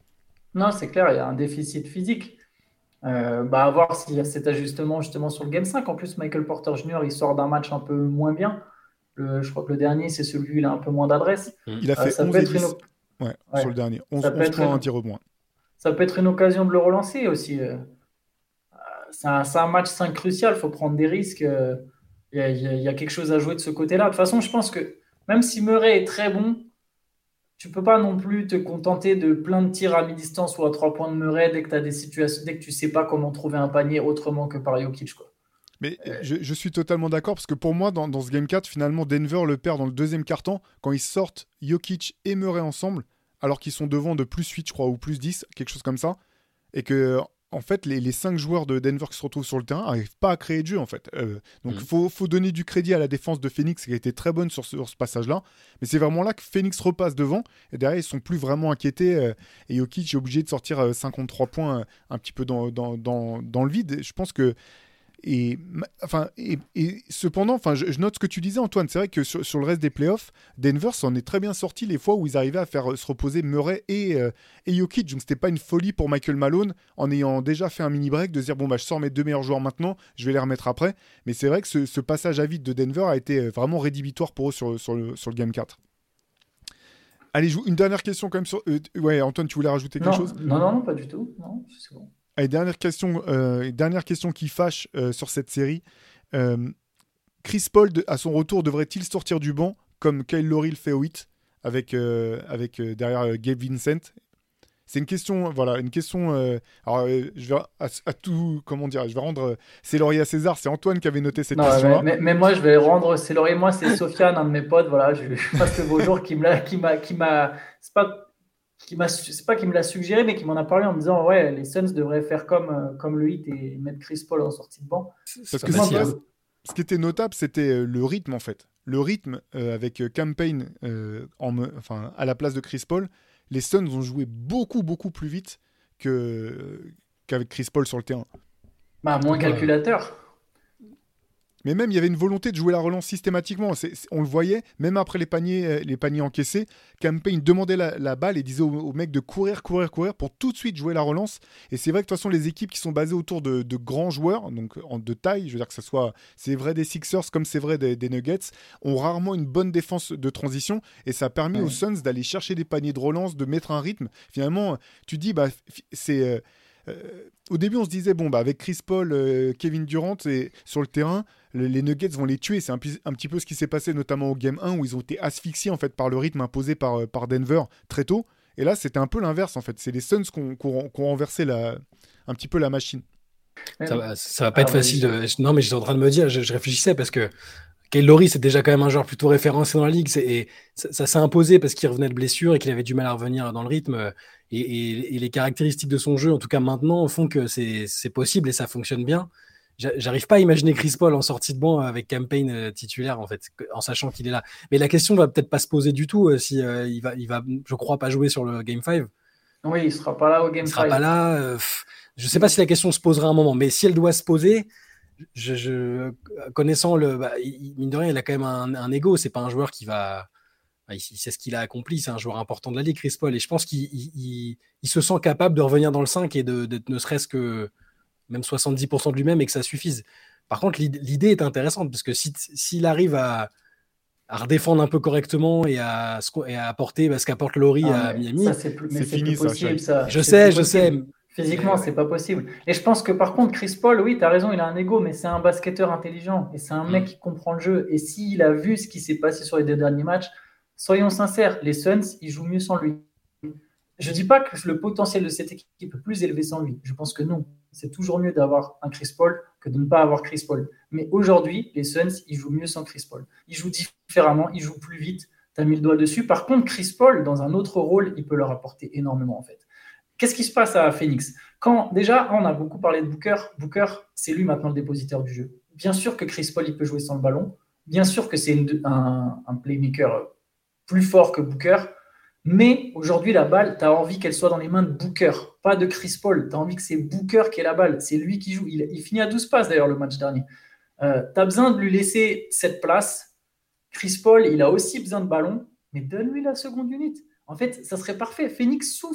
Speaker 5: Non, c'est clair, il y a un déficit physique. Euh, bah, à voir s'il y a cet ajustement justement sur le Game cinq. En plus, Michael Porter Junior, il sort d'un match un peu moins bien. Le- je crois que le dernier, c'est celui où il a un peu moins d'adresse.
Speaker 6: Mm.
Speaker 4: Il a
Speaker 5: Euh,
Speaker 4: fait
Speaker 5: ça peut
Speaker 4: onze et
Speaker 5: être une,
Speaker 4: dix.
Speaker 5: o-
Speaker 4: Ouais,
Speaker 5: ouais,
Speaker 4: sur le dernier.
Speaker 5: ça
Speaker 4: onze,
Speaker 5: peut
Speaker 4: onze
Speaker 5: être
Speaker 4: points, un
Speaker 5: une,
Speaker 4: tir au moins.
Speaker 5: ça peut être une occasion de le relancer aussi. Euh, C'est un, c'est un match cinq crucial, il faut prendre des risques. euh, Il y a, il y a- il y a quelque chose à jouer de ce côté-là. De toute façon, je pense que même si Murray est très bon, tu peux pas non plus te contenter de plein de tirs à mi-distance ou à trois points de Murray dès que tu des situations, dès que tu sais pas comment trouver un panier autrement que par Jokic, quoi.
Speaker 4: Mais je, je suis totalement d'accord parce que pour moi, dans, dans ce Game quatre, finalement, Denver le perd dans le deuxième quart-temps quand ils sortent Jokic et Murray ensemble, alors qu'ils sont devant de plus huit, je crois, ou plus dix, quelque chose comme ça. Et que, en fait, les, les cinq joueurs de Denver qui se retrouvent sur le terrain n'arrivent pas à créer de jeu, en fait. Euh, donc, il
Speaker 6: Mhm.
Speaker 4: faut, faut donner du crédit à la défense de Phoenix qui a été très bonne sur ce, sur ce passage-là. Mais c'est vraiment là que Phoenix repasse devant. Et derrière, ils sont plus vraiment inquiétés. euh, et Jokic est obligé de sortir euh, cinquante-trois points euh, un petit peu dans, dans, dans, dans le vide. Et je pense que et, enfin, et, et cependant, enfin, je, je note ce que tu disais, Antoine. C'est vrai que sur, sur le reste des playoffs, Denver s'en est très bien sorti les fois où ils arrivaient à faire euh, se reposer Murray et, euh, et Jokic. Donc, c'était pas une folie pour Michael Malone en ayant déjà fait un mini break de se dire bon, bah, je sors mes deux meilleurs joueurs maintenant, je vais les remettre après. Mais c'est vrai que ce, ce passage à vide de Denver a été euh, vraiment rédhibitoire pour eux sur, sur, le, sur le Game quatre. Allez, une dernière question quand même sur. Euh, ouais, Antoine, tu voulais rajouter quelque
Speaker 5: Non,
Speaker 4: chose?
Speaker 5: non, non, non, pas du tout. Non, c'est bon.
Speaker 4: Allez, dernière question, euh, dernière question qui fâche euh, sur cette série. Euh, Chris Paul, de- à son retour, devrait-il sortir du banc comme Kyle Lowry le fait au huit avec, euh, avec euh, derrière euh, Gabe Vincent? C'est une question, voilà, une question. euh, alors, euh, je vais à, à tout, comment dire, je vais rendre euh, ses lauriers à César. C'est Antoine qui avait noté cette
Speaker 5: Non, mais,
Speaker 4: question-là.
Speaker 5: mais- mais moi, je vais rendre. C'est Laurier, moi, c'est Sofiane, un de mes potes. Voilà, je, je passe le beau jour qui me l'a, qui m'a, qui m'a. C'est pas, qui m'a, c'est pas qu'il me l'a suggéré, mais qui m'en a parlé en me disant, ouais, les Suns devraient faire comme, euh, comme le Heat et mettre Chris Paul en sortie de banc.
Speaker 6: C'est
Speaker 4: Parce
Speaker 6: pas
Speaker 4: que
Speaker 6: facile,
Speaker 4: ce,
Speaker 6: hein.
Speaker 4: ce qui était notable, c'était euh, le rythme en fait. Le rythme euh, avec euh, Campaign euh, en me- enfin, à la place de Chris Paul. Les Suns ont joué beaucoup, beaucoup plus vite que, qu'avec Chris Paul sur le terrain.
Speaker 5: Bah, moins
Speaker 6: Ouais.
Speaker 5: calculateur.
Speaker 4: Mais même, il y avait une volonté de jouer la relance systématiquement. C'est- c'est- on le voyait, même après les paniers, euh, les paniers encaissés, Campaign demandait la, la balle et disait aux, aux mecs de courir, courir, courir pour tout de suite jouer la relance. Et c'est vrai que de toute façon, les équipes qui sont basées autour de, de grands joueurs, donc en, de taille, je veux dire que ce soit, c'est vrai des Sixers comme c'est vrai des, des Nuggets, ont rarement une bonne défense de transition. Et ça a permis
Speaker 5: Ouais.
Speaker 4: aux Suns d'aller chercher des paniers de relance, de mettre un rythme. Finalement, tu dis, bah, f- c'est. euh, euh, au début, on se disait, bon, bah, avec Chris Paul, euh, Kevin Durant et, sur le terrain, le- les Nuggets vont les tuer. C'est un, pi- un petit peu ce qui s'est passé notamment au Game un où ils ont été asphyxiés en fait, par le rythme imposé par, euh, par Denver très tôt. Et là, c'était un peu l'inverse en fait. C'est les Suns qui ont, qui ont- qui ont renversé la, un petit peu la machine.
Speaker 6: Ça va, ça va pas
Speaker 5: Ah,
Speaker 6: être
Speaker 5: vas-y.
Speaker 6: facile. De... Non, mais j'étais en train de me dire, je, je réfléchissais parce que Kyle Lowry, c'est déjà quand même un joueur plutôt référencé dans la ligue. C'est- Et ça, ça s'est imposé parce qu'il revenait de blessure et qu'il avait du mal à revenir dans le rythme. Et, et- et les caractéristiques de son jeu, en tout cas maintenant, font que c'est c'est possible et ça fonctionne bien. J'a- J'arrive pas à imaginer Chris Paul en sortie de banc avec Campaign euh, titulaire, en fait, que- en sachant qu'il est là. Mais la question va peut-être pas se poser du tout euh, si euh, il va, il va, je crois, pas jouer sur le Game cinq.
Speaker 5: Oui, il sera pas là au Game
Speaker 6: Il sera
Speaker 5: cinq.
Speaker 6: pas là. euh, pff, je sais pas si la question se posera à un moment, mais si elle doit se poser, je, je- connaissant le, bah, il- mine de rien, il a quand même un, un ego. C'est pas un joueur qui va, bah, il, il sait ce qu'il a accompli. C'est un joueur important de la ligue, Chris Paul, et je pense qu'il il, il- il se sent capable de revenir dans le cinq et de, de- ne serait-ce que même soixante-dix pour cent de lui-même et que ça suffise. Par contre, l'id- l'idée est intéressante parce que si, s'il arrive à, à redéfendre un peu correctement et à, ce qu'on- et à apporter bah, ce qu'apporte Laurie
Speaker 5: Ah,
Speaker 6: à
Speaker 5: mais
Speaker 6: Miami,
Speaker 5: ça, c'est plus, mais
Speaker 4: c'est
Speaker 5: c'est
Speaker 4: fini,
Speaker 5: plus
Speaker 4: ça,
Speaker 5: possible,
Speaker 4: Shai.
Speaker 5: ça.
Speaker 6: je
Speaker 5: C'est
Speaker 6: sais,
Speaker 5: plus
Speaker 6: je sais.
Speaker 5: possible. Physiquement,
Speaker 6: Mais-
Speaker 5: c'est pas possible. Et je pense que par contre, Chris Paul, oui, tu as raison, il a un ego, mais c'est un basketteur intelligent et c'est un mec
Speaker 6: Mm.
Speaker 5: qui comprend le jeu. Et s'il a vu ce qui s'est passé sur les deux derniers matchs, soyons sincères, les Suns, ils jouent mieux sans lui. Je dis pas que le potentiel de cette équipe est plus élevé sans lui. Je pense que non. C'est toujours mieux d'avoir un Chris Paul que de ne pas avoir Chris Paul. Mais aujourd'hui, les Suns, ils jouent mieux sans Chris Paul. Ils jouent différemment, ils jouent plus vite. Tu as mis le doigt dessus. Par contre, Chris Paul, dans un autre rôle, il peut leur apporter énormément en fait. Qu'est-ce qui se passe à Phoenix? Quand déjà, on a beaucoup parlé de Booker. Booker, c'est lui maintenant le dépositaire du jeu. Bien sûr que Chris Paul, il peut jouer sans le ballon. Bien sûr que c'est une, un, un playmaker plus fort que Booker. Mais aujourd'hui, la balle, tu as envie qu'elle soit dans les mains de Booker, pas de Chris Paul. Tu as envie que c'est Booker qui ait la balle. C'est lui qui joue. Il, il finit à douze passes d'ailleurs le match dernier. Euh, tu as besoin de lui laisser cette place. Chris Paul, il a aussi besoin de ballon, mais donne-lui la seconde unité. En fait, ça serait parfait. Phoenix souffre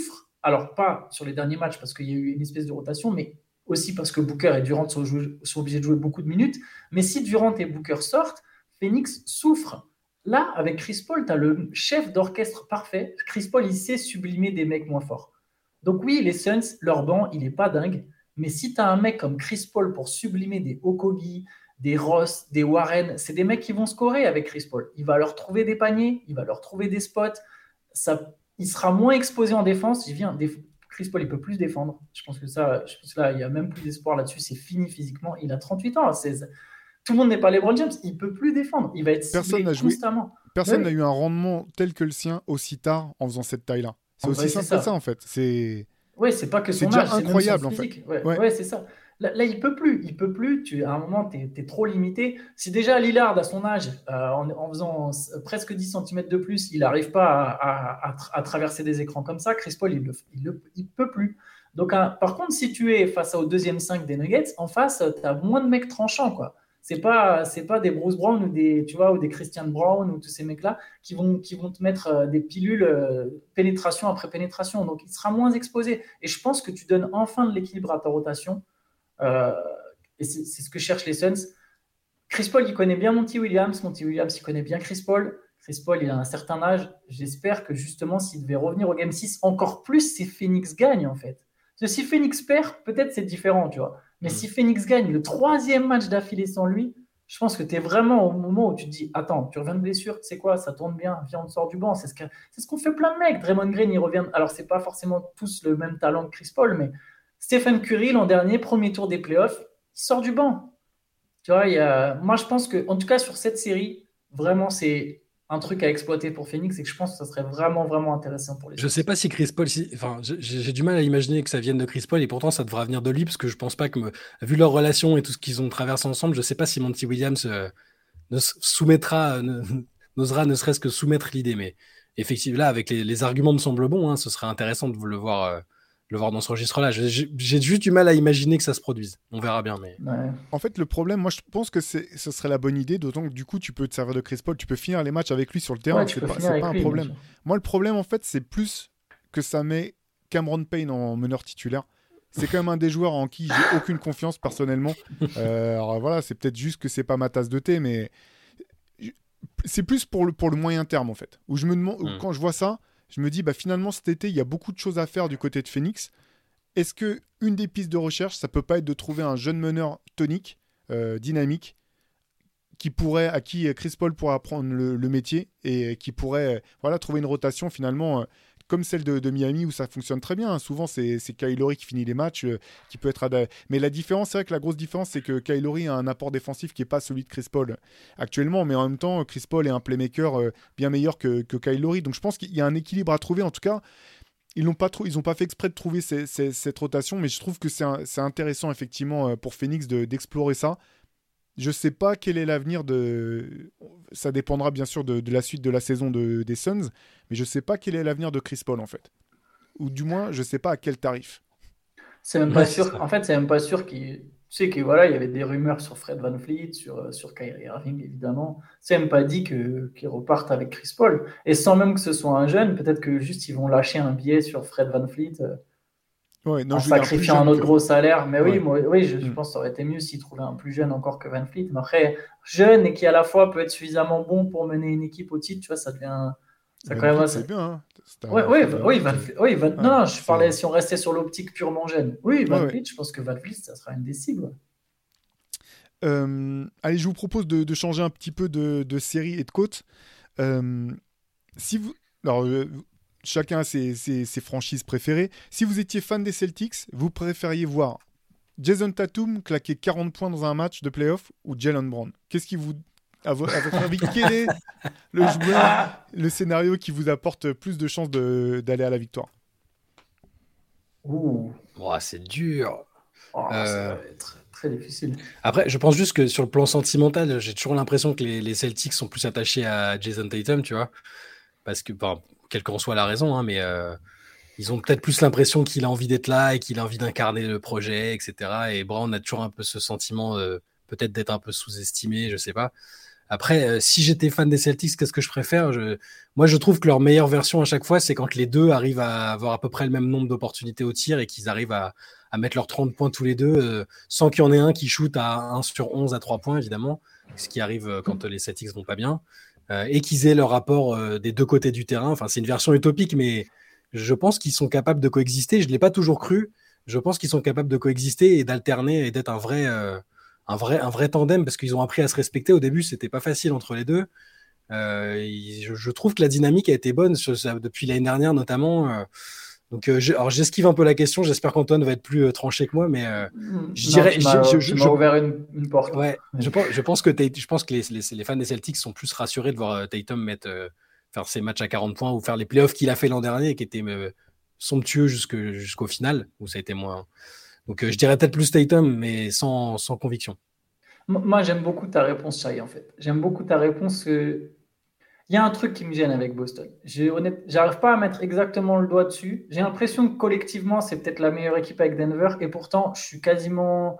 Speaker 5: Alors, pas sur les derniers matchs parce qu'il y a eu une espèce de rotation, mais aussi parce que Booker et Durant sont, joués, sont obligés de jouer beaucoup de minutes. Mais si Durant et Booker sortent, Phoenix souffre. Là, avec Chris Paul, tu as le chef d'orchestre parfait. Chris Paul, il sait sublimer des mecs moins forts. Donc oui, les Suns, leur banc, il n'est pas dingue. Mais si tu as un mec comme Chris Paul pour sublimer des Okogie, des Ross, des Warren, c'est des mecs qui vont scorer avec Chris Paul. Il va leur trouver des paniers, il va leur trouver des spots. Ça, il sera moins exposé en défense. Il vient, déf... Chris Paul, il peut plus défendre. Je pense que ça, je pense que là, il n'y a même plus d'espoir là-dessus. C'est fini physiquement. Il a trente-huit ans. C'est... Tout le monde n'est pas LeBron James. Il peut plus défendre. Il va être ciblé
Speaker 4: Personne
Speaker 5: constamment.
Speaker 4: Joué... Personne n'a
Speaker 5: oui.
Speaker 4: eu un rendement tel que le sien aussi tard en faisant cette taille-là. C'est aussi
Speaker 5: ouais,
Speaker 4: simple
Speaker 5: c'est
Speaker 4: que ça, en fait. C'est...
Speaker 5: Oui, c'est pas que son
Speaker 4: c'est
Speaker 5: âge,
Speaker 4: déjà incroyable,
Speaker 5: c'est même son
Speaker 4: en
Speaker 5: physique.
Speaker 4: fait.
Speaker 5: Ouais,
Speaker 4: ouais.
Speaker 5: ouais c'est ça. Là, là, il peut plus. Il peut plus. Tu, à un moment, tu es trop limité. Si déjà Lillard, à son âge, euh, en, en faisant presque dix centimètres de plus, il n'arrive pas à, à, à, à traverser des écrans comme ça, Chris Paul, il ne il, il, il peut plus. Donc, un, par contre, si tu es face au deuxième cinq des Nuggets, en face, tu as moins de mecs tranchants, quoi. C'est pas, c'est pas des Bruce Brown ou des, tu vois, ou des Christian Brown ou tous ces mecs-là qui vont, qui vont te mettre euh, des pilules euh, pénétration après pénétration. Donc, il sera moins exposé. Et je pense que tu donnes enfin de l'équilibre à ta rotation. Euh, et c'est, c'est ce que cherchent les Suns. Chris Paul, il connaît bien Monty Williams. Monty Williams, il connaît bien Chris Paul. Chris Paul, il a un certain âge. J'espère que justement, s'il devait revenir au Game six, encore plus, si Phoenix gagne, en fait. Parce que si Phoenix perd, peut-être c'est différent, tu vois. Mais mmh. si Phoenix gagne le troisième match d'affilée sans lui, je pense que tu es vraiment au moment où tu te dis, attends, tu reviens de blessure, c'est quoi, ça tourne bien, viens, on sort du banc. C'est ce, que, c'est ce qu'on fait plein de mecs. Draymond Green, il revient. Alors, c'est pas forcément tous le même talent que Chris Paul, mais Stephen Curry, l'an dernier, premier tour des playoffs, il sort du banc. Tu vois, il y a... moi, je pense que, en tout cas, sur cette série, vraiment, c'est un truc à exploiter pour Phoenix et que je pense que ça serait vraiment, vraiment intéressant pour les
Speaker 6: Je ne sais pas si Chris Paul, si... enfin, j'ai, j'ai du mal à imaginer que ça vienne de Chris Paul et pourtant ça devra venir de lui parce que je pense pas que, me... vu leur relation et tout ce qu'ils ont traversé ensemble, je ne sais pas si Monty Williams euh, ne soumettra, ne... n'osera ne serait-ce que soumettre l'idée. Mais effectivement, là, avec les, les arguments me semblent bons, hein, ce serait intéressant de le voir, euh, le voir dans ce registre-là. J'ai, j'ai juste du mal à imaginer que ça se produise. On verra bien. Mais...
Speaker 5: Ouais.
Speaker 4: En fait, le problème, moi, je pense que c'est, ce serait la bonne idée, d'autant que du coup, tu peux te servir de Chris Paul, tu peux finir les matchs avec lui sur le terrain,
Speaker 5: Ouais,
Speaker 4: c'est pas, c'est pas un lui, problème. Moi, le problème, en fait, c'est plus que ça met Cameron Payne en meneur titulaire. C'est quand même un des joueurs en qui j'ai aucune confiance personnellement. Euh, alors voilà, c'est peut-être juste que c'est pas ma tasse de thé, mais c'est plus pour le, pour le moyen terme, en fait. Où je me demande, où
Speaker 6: mmh.
Speaker 4: quand je vois ça, je me dis, bah, finalement, cet été, il y a beaucoup de choses à faire du côté de Phoenix. Est-ce qu'une des pistes de recherche, ça peut pas être de trouver un jeune meneur tonique, euh, dynamique, qui pourrait, à qui Chris Paul pourrait apprendre le, le métier et qui pourrait euh, voilà, trouver une rotation finalement euh, comme celle de, de Miami où ça fonctionne très bien. Souvent, c'est, c'est Kyle Lowry qui finit les matchs, euh, qui peut être... Ad... Mais la différence, c'est vrai que la grosse différence, c'est que Kyle Lowry a un apport défensif qui n'est pas celui de Chris Paul actuellement, mais en même temps, Chris Paul est un playmaker euh, bien meilleur que, que Kyle Lowry. Donc je pense qu'il y a un équilibre à trouver. En tout cas, ils n'ont pas, trou- ils ont pas fait exprès de trouver ces, ces, cette rotation, mais je trouve que c'est, un, c'est intéressant effectivement pour Phoenix de, d'explorer ça. Je ne sais pas quel est l'avenir de... Ça dépendra bien sûr de, de la suite de la saison de, des Suns, mais je ne sais pas quel est l'avenir de Chris Paul en fait. Ou du moins, je ne sais pas à quel tarif.
Speaker 5: C'est même pas sûr. En fait, c'est même pas sûr qu'il... Tu sais que voilà, il y avait des rumeurs sur Fred VanVleet, sur, sur Kyrie Irving évidemment. C'est même pas dit que, qu'ils repartent avec Chris Paul. Et sans même que ce soit un jeune, peut-être que juste ils vont lâcher un billet sur Fred VanVleet. Euh...
Speaker 4: Ouais, non,
Speaker 5: en
Speaker 4: je
Speaker 5: sacrifiant un autre
Speaker 4: que...
Speaker 5: gros salaire. Mais
Speaker 4: ouais.
Speaker 5: oui, moi, oui je, je pense que ça aurait été mieux s'il trouvait un plus jeune encore que Van Fleet. Mais après, jeune et qui à la fois peut être suffisamment bon pour mener une équipe au titre, tu vois, ça devient... Ça
Speaker 4: Van
Speaker 5: quand même
Speaker 4: Fleet,
Speaker 5: assez...
Speaker 4: c'est bien. Hein.
Speaker 5: C'est ouais, ouais, va, oui, Van Fleet, oui Van... ouais, non, non, je
Speaker 4: c'est...
Speaker 5: parlais si on restait sur l'optique purement jeune. Oui, Van
Speaker 4: ouais,
Speaker 5: Fleet,
Speaker 4: ouais.
Speaker 5: je pense que Van Fleet, ça sera une des cibles.
Speaker 4: Euh, allez, je vous propose de, de changer un petit peu de, de série et de côte. Euh, si vous... Alors... Euh, chacun a ses, ses, ses franchises préférées. Si vous étiez fan des Celtics, vous préfériez voir Jason Tatum claquer quarante points dans un match de playoff ou Jaylen Brown? Qu'est-ce qui vous, à votre avis, quel est le joueur, le scénario qui vous apporte plus de chances de, d'aller à la victoire?
Speaker 5: Ouh,
Speaker 6: oh, c'est dur.
Speaker 5: Oh,
Speaker 6: euh...
Speaker 5: Ça va être très difficile.
Speaker 6: Après, je pense juste que sur le plan sentimental, j'ai toujours l'impression que les, les Celtics sont plus attachés à Jason Tatum, tu vois, parce que bon, quelle qu'en soit la raison, hein, mais euh, ils ont peut-être plus l'impression qu'il a envie d'être là et qu'il a envie d'incarner le projet, et cetera. Et Brown a toujours un peu ce sentiment euh, peut-être d'être un peu sous-estimé, je sais pas. Après, euh, si j'étais fan des Celtics, qu'est-ce que je préfère je... Moi, je trouve que leur meilleure version à chaque fois, c'est quand les deux arrivent à avoir à peu près le même nombre d'opportunités au tir et qu'ils arrivent à, à mettre leurs trente points tous les deux, euh, sans qu'il y en ait un qui shoot à un sur onze à trois points, évidemment, ce qui arrive euh, quand euh, les Celtics vont pas bien, euh, et qu'ils aient leur rapport euh, des deux côtés du terrain. Enfin, c'est une version utopique, mais je pense qu'ils sont capables de coexister. Je ne l'ai pas toujours cru. Je pense qu'ils sont capables de coexister et d'alterner et d'être un vrai... Euh, Un vrai, un vrai tandem parce qu'ils ont appris à se respecter. Au début, c'était pas facile entre les deux. Euh, je, je trouve que la dynamique a été bonne je, ça, depuis l'année dernière notamment. Euh, donc, euh, je, alors j'esquive un peu la question. J'espère qu'Antoine va être plus euh, tranché que moi, mais euh, je
Speaker 5: non,
Speaker 6: dirais,
Speaker 5: tu m'as,
Speaker 6: je,
Speaker 5: tu
Speaker 6: je,
Speaker 5: m'as
Speaker 6: je,
Speaker 5: ouvert une, une porte.
Speaker 6: Ouais, je pense, je pense que, je pense que les, les, les fans des Celtics sont plus rassurés de voir Tatum mettre, euh, faire ses matchs à quarante points ou faire les playoffs qu'il a fait l'an dernier et qui étaient euh, somptueux jusque, jusqu'au final où ça a été moins. Donc, euh, je dirais peut-être plus Tatum, mais sans, sans conviction.
Speaker 5: Moi, j'aime beaucoup ta réponse, Chai, en fait. J'aime beaucoup ta réponse. Euh... Il y a un truc qui me gêne avec Boston. J'ai honnête... J'arrive pas à mettre exactement le doigt dessus. J'ai l'impression que collectivement, c'est peut-être la meilleure équipe avec Denver. Et pourtant, je suis quasiment...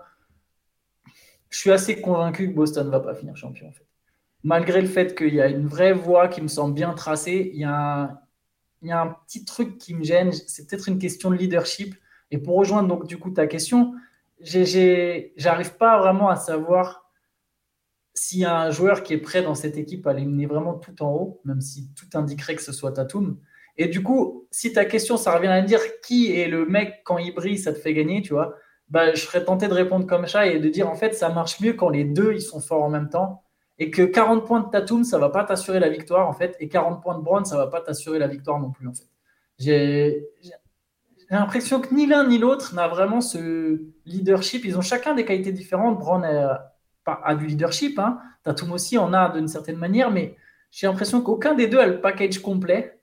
Speaker 5: Je suis assez convaincu que Boston ne va pas finir champion, en fait. Malgré le fait qu'il y a une vraie voie qui me semble bien tracée, il y a un, il y a un petit truc qui me gêne. C'est peut-être une question de leadership. Et pour rejoindre donc du coup ta question... J'ai, j'ai, j'arrive pas vraiment à savoir s'il y a un joueur qui est prêt dans cette équipe à les mener vraiment tout en haut, même si tout indiquerait que ce soit Tatum. Et du coup, si ta question, ça revient à dire qui est le mec quand il brille, ça te fait gagner, tu vois, bah, je serais tenté de répondre comme ça et de dire en fait, ça marche mieux quand les deux ils sont forts en même temps et que quarante points de Tatum, ça va pas t'assurer la victoire en fait, et quarante points de Brown, ça va pas t'assurer la victoire non plus en fait. J'ai, j'ai J'ai l'impression que ni l'un ni l'autre n'a vraiment ce leadership. Ils ont chacun des qualités différentes. Brown a, a du leadership. Hein. Tatum aussi en a d'une certaine manière, mais j'ai l'impression qu'aucun des deux a le package complet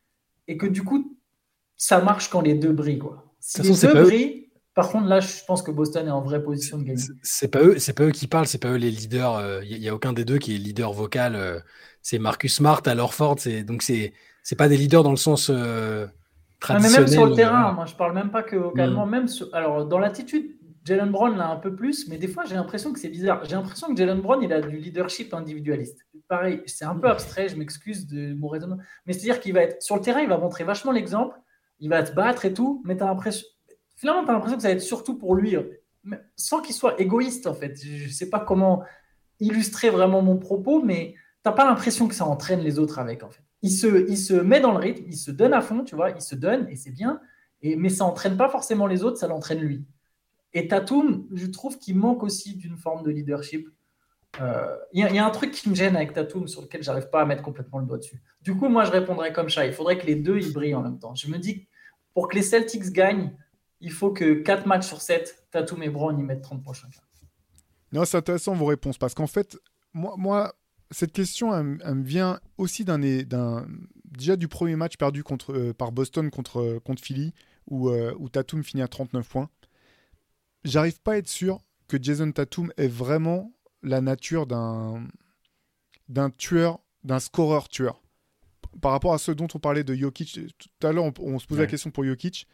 Speaker 5: et que du coup, ça marche quand les deux brillent. Quoi. Si les façon, deux brillent, eux. Par contre, là, je pense que Boston est en vraie position de gagner.
Speaker 6: C'est, c'est pas eux, c'est pas eux qui parlent, c'est pas eux les leaders. Il euh, n'y a, a aucun des deux qui est leader vocal. Euh, c'est Marcus Smart, Al Horford. C'est, donc, c'est, c'est pas des leaders dans le sens... Euh,
Speaker 5: Non, mais même sur le terrain, euh, moi je parle même pas que vocalement, mmh. même sur, alors dans l'attitude, Jaylen Brown l'a un peu plus, mais des fois j'ai l'impression que c'est bizarre. J'ai l'impression que Jaylen Brown il a du leadership individualiste. Pareil, c'est un peu abstrait, je m'excuse de mon raisonnement, mais c'est-à-dire qu'il va être sur le terrain, il va montrer vachement l'exemple, il va se battre et tout, mais t'as l'impression, finalement t'as l'impression que ça va être surtout pour lui, sans qu'il soit égoïste en fait. Je sais pas comment illustrer vraiment mon propos, mais t'as pas l'impression que ça entraîne les autres avec en fait. Il se, il se met dans le rythme, il se donne à fond, tu vois, il se donne et c'est bien, et, mais ça n'entraîne pas forcément les autres, ça l'entraîne lui. Et Tatum, je trouve qu'il manque aussi d'une forme de leadership. Il euh, y, y a un truc qui me gêne avec Tatum sur lequel je n'arrive pas à mettre complètement le doigt dessus. Du coup, moi, je répondrais comme ça. Il faudrait que les deux ils brillent en même temps. Je me dis que pour que les Celtics gagnent, il faut que quatre matchs sur sept, Tatum et Brown y mettent trente points chacun.
Speaker 4: Non, c'est intéressant vos réponses parce qu'en fait, moi... moi... cette question, elle, elle me vient aussi d'un, d'un, déjà du premier match perdu contre, euh, par Boston contre, contre Philly, où, euh, où Tatum finit à trente-neuf points. J'arrive pas à être sûr que Jason Tatum est vraiment la nature d'un, d'un tueur, d'un scoreur-tueur. Par rapport à ce dont on parlait de Jokic, tout à l'heure, on, on se posait ouais. la question pour Jokic.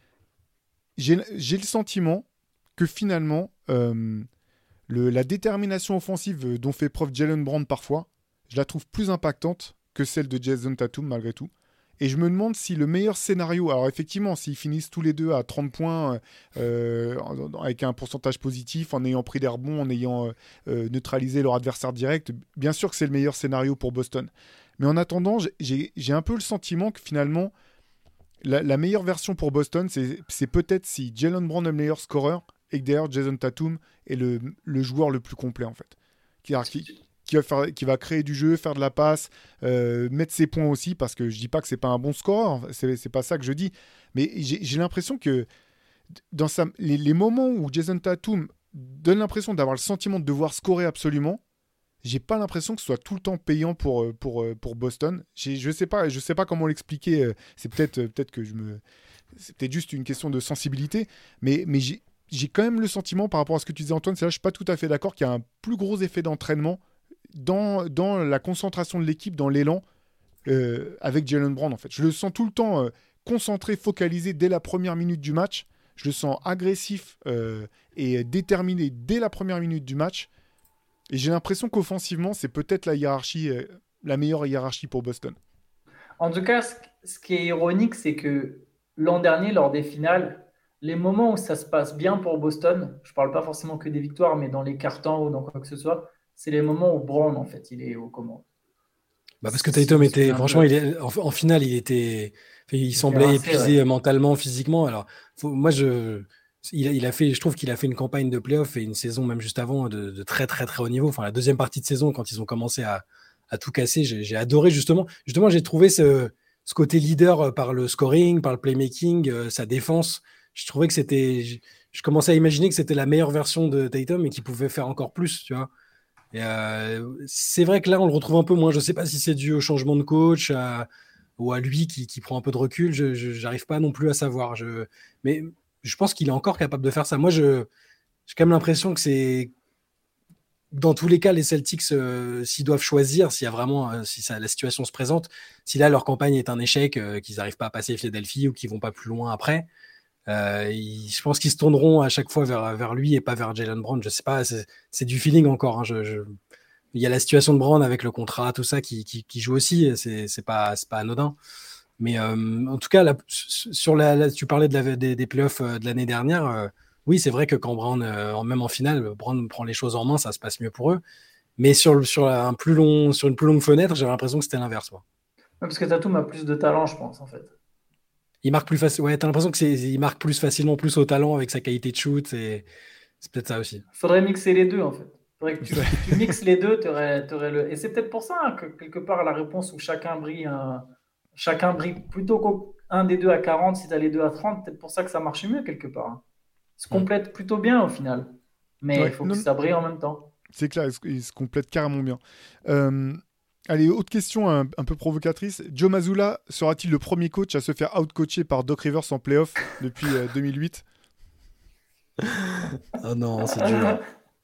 Speaker 4: J'ai, j'ai le sentiment que finalement... Euh, Le, la détermination offensive dont fait preuve Jaylen Brown parfois, je la trouve plus impactante que celle de Jason Tatum malgré tout. Et je me demande si le meilleur scénario, alors effectivement, s'ils finissent tous les deux à trente points euh, avec un pourcentage positif, en ayant pris des rebonds, en ayant euh, neutralisé leur adversaire direct, bien sûr que c'est le meilleur scénario pour Boston. Mais en attendant, j'ai, j'ai un peu le sentiment que finalement, la, la meilleure version pour Boston, c'est, c'est peut-être si Jaylen Brown est le meilleur scoreur, et que d'ailleurs Jason Tatum est le, le joueur le plus complet en fait, qui, qui, qui, va faire, qui va créer du jeu, faire de la passe, euh, mettre ses points aussi, parce que je dis pas que c'est pas un bon scoreur, c'est, c'est pas ça que je dis, mais j'ai, j'ai l'impression que dans sa, les, les moments où Jason Tatum donne l'impression d'avoir le sentiment de devoir scorer absolument, j'ai pas l'impression que ce soit tout le temps payant pour, pour, pour Boston. J'ai, je sais pas, je sais pas comment l'expliquer, c'est peut-être, peut-être que je me... c'est peut-être juste une question de sensibilité, mais, mais j'ai J'ai quand même le sentiment, par rapport à ce que tu disais Antoine, c'est là, je ne suis pas tout à fait d'accord, qu'il y a un plus gros effet d'entraînement dans, dans la concentration de l'équipe, dans l'élan, euh, avec Jaylen Brown en fait. Je le sens tout le temps euh, concentré, focalisé dès la première minute du match. Je le sens agressif euh, et déterminé dès la première minute du match. Et j'ai l'impression qu'offensivement, c'est peut-être la hiérarchie, euh, la meilleure hiérarchie pour Boston.
Speaker 5: En tout cas, ce, ce qui est ironique, c'est que l'an dernier, lors des finales, les moments où ça se passe bien pour Boston, je ne parle pas forcément que des victoires, mais dans les cartons ou dans quoi que ce soit, c'est les moments où Brown, en fait, il est aux commandes.
Speaker 6: Bah parce que
Speaker 5: Si je
Speaker 6: Tatum
Speaker 5: me
Speaker 6: était,
Speaker 5: souviens
Speaker 6: franchement,
Speaker 5: de-
Speaker 6: il est, en, en finale, il était, il
Speaker 5: il était
Speaker 6: semblait
Speaker 5: rincé,
Speaker 6: épuisé
Speaker 5: ouais.
Speaker 6: mentalement, physiquement. Alors, faut- moi, je, il a, il a fait, je trouve qu'il a fait une campagne de playoff et une saison même juste avant de, de très très très haut niveau. Enfin, la deuxième partie de saison, quand ils ont commencé à, à tout casser, j'ai, j'ai adoré justement. Justement, j'ai trouvé ce, ce côté leader euh, par le scoring, par le playmaking, euh, sa défense. Je trouvais que c'était, je, je commençais à imaginer que c'était la meilleure version de Tatum et qu'il pouvait faire encore plus, tu vois. Et euh, c'est vrai que là, on le retrouve un peu moins. Je ne sais pas si c'est dû au changement de coach à- ou à lui qui, qui prend un peu de recul. Je n'arrive pas non plus à savoir. Je, mais je pense qu'il est encore capable de faire ça. Moi, je, j'ai quand même l'impression que c'est dans tous les cas, les Celtics, euh, s'ils doivent choisir, s'il y a vraiment, euh, si ça, la situation se présente, si là leur campagne est un échec, euh, qu'ils n'arrivent pas à passer Philadelphie ou qu'ils vont pas plus loin après, euh, ils- je pense qu'ils se tourneront à chaque fois vers, vers lui et pas vers Jalen Brown. Je sais pas, c'est, c'est du feeling encore. Hein, je, je- il y a la situation de Brown avec le contrat, tout ça qui, qui, qui joue aussi. C'est, c'est pas, c'est pas anodin. Mais euh, en tout cas, là, sur la, la- tu parlais de la, des, des playoffs euh, de l'année dernière. Euh, oui, c'est vrai que quand Brown, euh, même en finale, Brown prend les choses en main, ça se passe mieux pour eux. Mais sur, le- sur, un plus long, sur une plus longue fenêtre, j'avais l'impression que c'était l'inverse. Moi.
Speaker 5: Ouais, parce que Tatum a plus de talent, je pense, en fait.
Speaker 6: Il marque plus facilement. Ouais, t'as l'impression que c'est, il marque plus facilement, plus au talent avec sa qualité de shoot. Et c'est peut-être ça aussi.
Speaker 5: Faudrait mixer les deux, en fait. Faudrait que tu, tu mixes les deux, t'aurais, t'aurais le... Et c'est peut-être pour ça hein, que quelque part la réponse où chacun brille, un... chacun brille plutôt qu'un des deux à quarante, si tu as les deux à trente, peut-être pour ça que ça marche mieux quelque part. Hein. Ils se
Speaker 6: Mm.
Speaker 5: complètent plutôt bien au final. Mais il
Speaker 4: Ouais,
Speaker 5: faut
Speaker 4: non,
Speaker 5: que ça brille en même temps.
Speaker 4: c'est clair, ils se, ils se complètent carrément bien. Euh, allez, autre question un, un peu provocatrice. Joe Mazzulla sera-t-il le premier coach à se faire out-coacher par Doc Rivers en playoff depuis euh, deux mille huit?
Speaker 6: Oh non, c'est dur.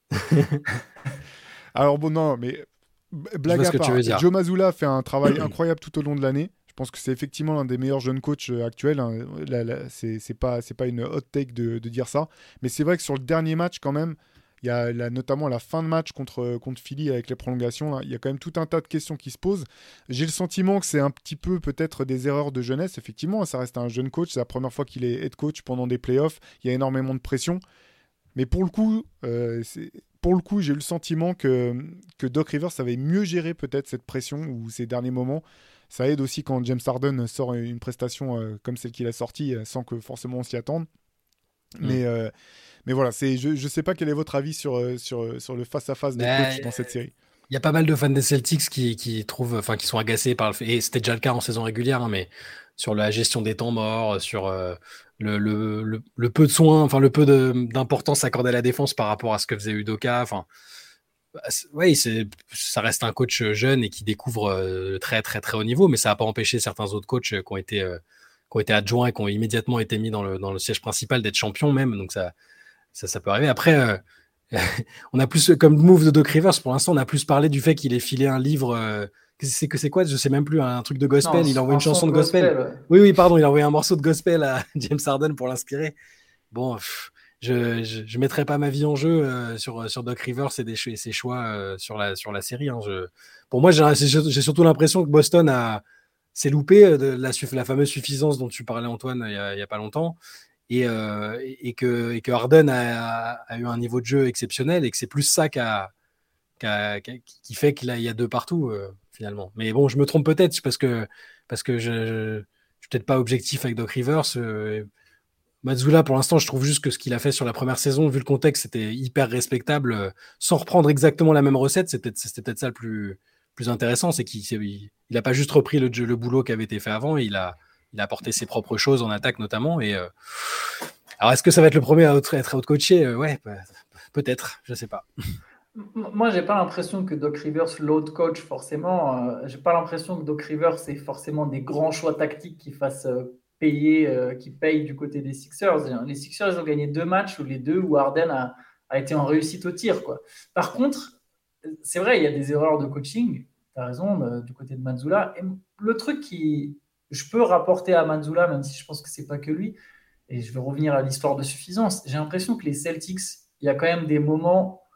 Speaker 4: Alors bon, non, mais b-
Speaker 6: Je
Speaker 4: blague
Speaker 6: vois ce
Speaker 4: à
Speaker 6: que tu
Speaker 4: part,
Speaker 6: veux dire.
Speaker 4: Joe Mazzulla fait un travail incroyable tout au long de l'année. Je pense que c'est effectivement l'un des meilleurs jeunes coachs euh, actuels. Hein. Là, là, c'est c'est pas, c'est pas une hot take de, de dire ça. Mais c'est vrai que sur le dernier match, quand même, il y a là, notamment la fin de match contre, contre Philly avec les prolongations. Là, il y a quand même tout un tas de questions qui se posent. J'ai le sentiment que c'est un petit peu peut-être des erreurs de jeunesse. Effectivement, ça reste un jeune coach. C'est la première fois qu'il est head coach pendant des playoffs. Il y a énormément de pression. Mais pour le coup, euh, c'est- pour le coup, j'ai eu le sentiment que, que Doc Rivers avait mieux géré peut-être cette pression ou ces derniers moments. Ça aide aussi quand James Harden sort une prestation euh, comme celle qu'il a sortie euh, sans que forcément on s'y attende.
Speaker 6: Mm.
Speaker 4: Mais, euh, mais voilà, c'est, je ne sais pas quel est votre avis sur, euh, sur, euh, sur le face-à-face des
Speaker 6: Mais,
Speaker 4: coachs dans cette série.
Speaker 6: Il y a pas mal de fans des Celtics qui, qui trouvent, enfin, qui sont agacés par le fait, et c'était déjà le cas en saison régulière, hein, mais sur la gestion des temps morts, sur euh, le, le, le, le peu de soins, enfin, le peu de, d'importance accordée à la défense par rapport à ce que faisait Udoka. Enfin, oui, c'est, ça reste un coach jeune et qui découvre euh, très, très, très haut niveau, mais ça n'a pas empêché certains autres coachs qui ont été, euh, qui ont été adjoints et qui ont immédiatement été mis dans le, dans le siège principal d'être champion même. Donc, ça, ça, ça peut arriver. Après, euh, on a plus, comme move de Doc Rivers, pour l'instant, on a plus parlé du fait qu'il ait filé un livre. Euh, c'est que c'est quoi? Je sais même plus, un truc de gospel.
Speaker 5: Non,
Speaker 6: Il a envoyé
Speaker 5: un
Speaker 6: une
Speaker 5: son
Speaker 6: chanson
Speaker 5: de
Speaker 6: de gospel.
Speaker 5: gospel, ouais.
Speaker 6: Oui, oui, pardon, il a envoyé un morceau de gospel à James Harden pour l'inspirer. Bon, pff, je, je, je mettrai pas ma vie en jeu euh, sur, sur Doc Rivers et, des, et ses choix euh, sur, la, sur la série. Hein. Je, pour moi, j'ai, j'ai surtout l'impression que Boston a, s'est loupé de la, la fameuse suffisance dont tu parlais, Antoine, il y a, il y a pas longtemps. Et, euh, et, que, et que Harden a, a eu un niveau de jeu exceptionnel et que c'est plus ça qu'a, qu'a, qu'a, qui fait qu'il y a deux partout euh, finalement. Mais bon, je me trompe peut-être parce que, parce que je ne suis peut-être pas objectif avec Doc Rivers. Euh, Mazzulla, pour l'instant, je trouve juste que ce qu'il a fait sur la première saison, vu le contexte, c'était hyper respectable. Euh, sans reprendre exactement la même recette, c'était peut-être, c'était peut-être ça le plus, plus intéressant, c'est qu'il n'a pas juste repris le, le boulot qui avait été fait avant, il a Il a apporté ses propres choses en attaque notamment. Et euh... alors, est-ce que ça va être le premier à être out-coaché? euh, Ouais, peut-être, je sais pas.
Speaker 5: Moi, j'ai pas l'impression que Doc Rivers load coach forcément. Euh, j'ai pas l'impression que Doc Rivers c'est forcément des grands choix tactiques qui fassent euh, payer, euh, qui payent du côté des Sixers. Les Sixers ils ont gagné deux matchs ou les deux où Harden a, a été en réussite au tir, quoi. Par contre, c'est vrai, il y a des erreurs de coaching. Tu as raison euh, du côté de Mazzulla. Et le truc qui je peux rapporter à Mazzulla, même si je pense que c'est pas que lui, et je vais revenir à l'histoire de suffisance. J'ai l'impression que les Celtics, il y a quand même des moments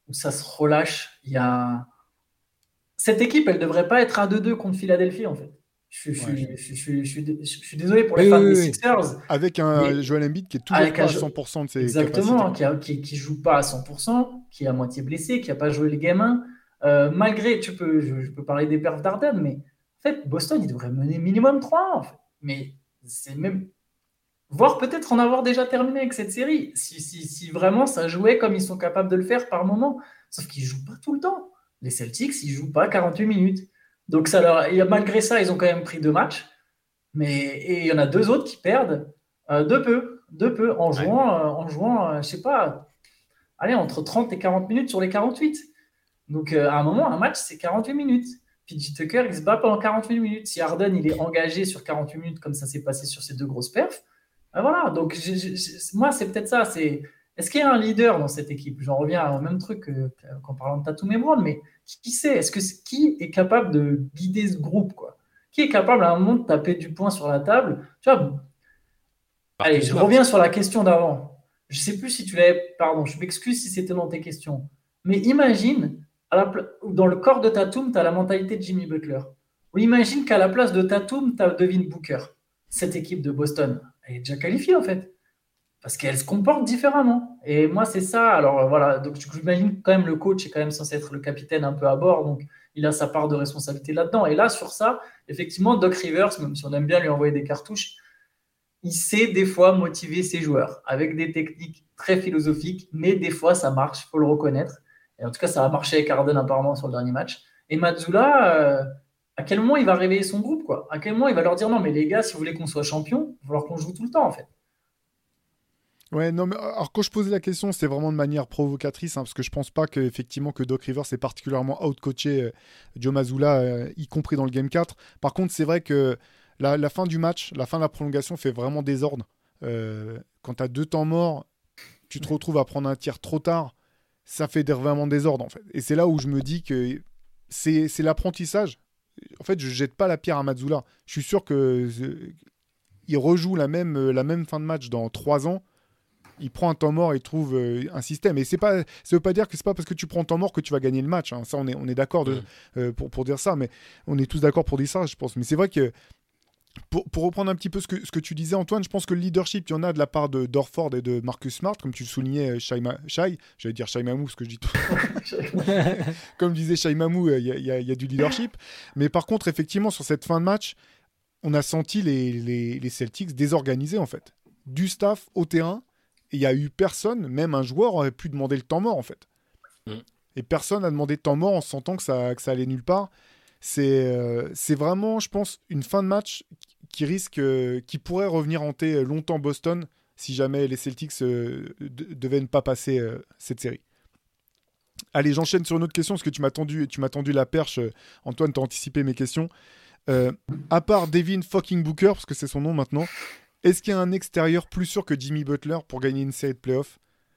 Speaker 5: où ça se relâche. Il y a... Cette équipe, elle ne devrait pas être à deux deux contre Philadelphie, en fait. Je, je,
Speaker 4: Ouais.
Speaker 5: je, je, je, je, je, je suis désolé pour les
Speaker 6: Oui,
Speaker 5: fans
Speaker 6: oui,
Speaker 5: des
Speaker 6: oui.
Speaker 5: Sixers.
Speaker 4: Avec un
Speaker 5: Mais
Speaker 4: Joel Embiid qui est toujours
Speaker 5: avec
Speaker 4: pas
Speaker 5: un
Speaker 4: à
Speaker 5: jeu-
Speaker 4: cent pour cent de ses
Speaker 5: Exactement,
Speaker 4: capacités.
Speaker 5: qui ne qui, qui joue pas à cent pour cent, qui est à moitié blessé, qui n'a pas joué le game un. Euh, malgré, tu peux, je, je peux parler des perfs d'Arden, mais en fait, Boston, il devrait mener minimum trois un, en fait. Mais c'est même. Voire peut-être en avoir déjà terminé avec cette série, si, si, si vraiment ça jouait comme ils sont capables de le faire par moment. Sauf qu'ils ne jouent pas tout le temps. Les Celtics, ils ne jouent pas quarante-huit minutes. Donc ça leur, et malgré ça, ils ont quand même pris deux matchs. Mais, et il y en a deux autres qui perdent euh, de peu, de peu, en jouant, euh, en jouant euh, je ne sais pas, allez, entre trente et quarante minutes sur les quarante-huit. Donc euh, à un moment, un match, c'est quarante-huit minutes. P J Tucker, il se bat pendant quarante-huit minutes. Si Harden, il est engagé sur quarante-huit minutes, comme ça s'est passé sur ces deux grosses perfs, ben voilà. Donc j'ai, j'ai, moi, c'est peut-être ça. C'est, est-ce qu'il y a un leader dans cette équipe? J'en reviens au même truc que, qu'en parlant de Tatum et Brown, mais qui, qui sait? Est-ce que qui est capable de guider ce groupe, quoi? Qui est capable à un moment de taper du poing sur la table? Tu vois, allez,
Speaker 6: Marcus
Speaker 5: je
Speaker 6: Smart.
Speaker 5: reviens sur la question d'avant. Je ne sais plus si tu l'avais. Pardon, je m'excuse si c'était dans tes questions. Mais imagine, à la pla- dans le corps de Tatum, tu as la mentalité de Jimmy Butler. Ou imagine qu'à la place de Tatum, tu as Devin Booker. Cette équipe de Boston, elle est déjà qualifiée en fait. Parce qu'elle se comporte différemment. Et moi, c'est ça. Alors euh, voilà, donc j'imagine quand même le coach est quand même censé être le capitaine un peu à bord. Donc il a sa part de responsabilité là-dedans. Et là, sur ça, effectivement, Doc Rivers, même si on aime bien lui envoyer des cartouches, il sait des fois motiver ses joueurs avec des techniques très philosophiques, mais des fois ça marche, il faut le reconnaître. Et en tout cas, ça a marché avec Harden apparemment sur le dernier match. Et Mazzulla, euh, à quel moment il va réveiller son groupe, quoi? À quel moment il va leur dire non, mais les gars, si vous voulez qu'on soit champion, il va falloir qu'on joue tout le temps en fait.
Speaker 4: Ouais, non, mais alors quand je posais la question, c'était vraiment de manière provocatrice, hein, parce que je pense pas que, effectivement, que Doc Rivers ait particulièrement outcoaché euh, Joe Mazzulla, euh, y compris dans le Game quatre. Par contre, c'est vrai que la, la fin du match, la fin de la prolongation fait vraiment désordre. Euh, quand tu as deux temps morts, tu te retrouves à prendre un tir trop tard, ça fait des- vraiment désordre, en fait. Et c'est là où je me dis que c'est c'est l'apprentissage. En fait, je jette pas la pierre à Mazzulla. Je suis sûr que euh, il rejoue la même, euh, la même fin de match dans trois ans. Il prend un temps mort et trouve euh, un système. Et c'est pas, ça veut pas dire que c'est pas parce que tu prends un temps mort que tu vas gagner le match, hein. Ça, on est, on est d'accord de,
Speaker 6: Mm.
Speaker 4: euh, pour, pour dire ça, mais on est tous d'accord pour dire ça, je pense. Mais c'est vrai que pour, pour reprendre un petit peu ce que, ce que tu disais, Antoine, je pense que le leadership, il y en a de la part de d'Orford et de Marcus Smart, comme tu le soulignais, euh, Shai, Ma- Shai, j'allais dire Shai Mamou, ce que je dis tout. Comme disait Shai Mamou, euh, il y, a- il y a- il y a du leadership. Mais par contre, effectivement, sur cette fin de match, on a senti les, les, les Celtics désorganisés, en fait. Du staff au terrain, et il n'y a eu personne, même un joueur aurait pu demander le temps mort, en fait.
Speaker 6: Mm.
Speaker 4: Et personne n'a demandé de temps mort en sentant que ça, que ça allait nulle part. C'est euh, c'est vraiment, je pense, une fin de match qui risque, euh, qui pourrait revenir hanter longtemps Boston si jamais les Celtics euh, de- devaient ne pas passer euh, cette série. Allez, j'enchaîne sur une autre question parce que tu m'as tendu, tu m'as tendu la perche. euh, Antoine, t'as anticipé mes questions. Euh, à part Devin fucking Booker, parce que c'est son nom maintenant, est-ce qu'il y a un extérieur plus sûr que Jimmy Butler pour gagner une série de playoffs?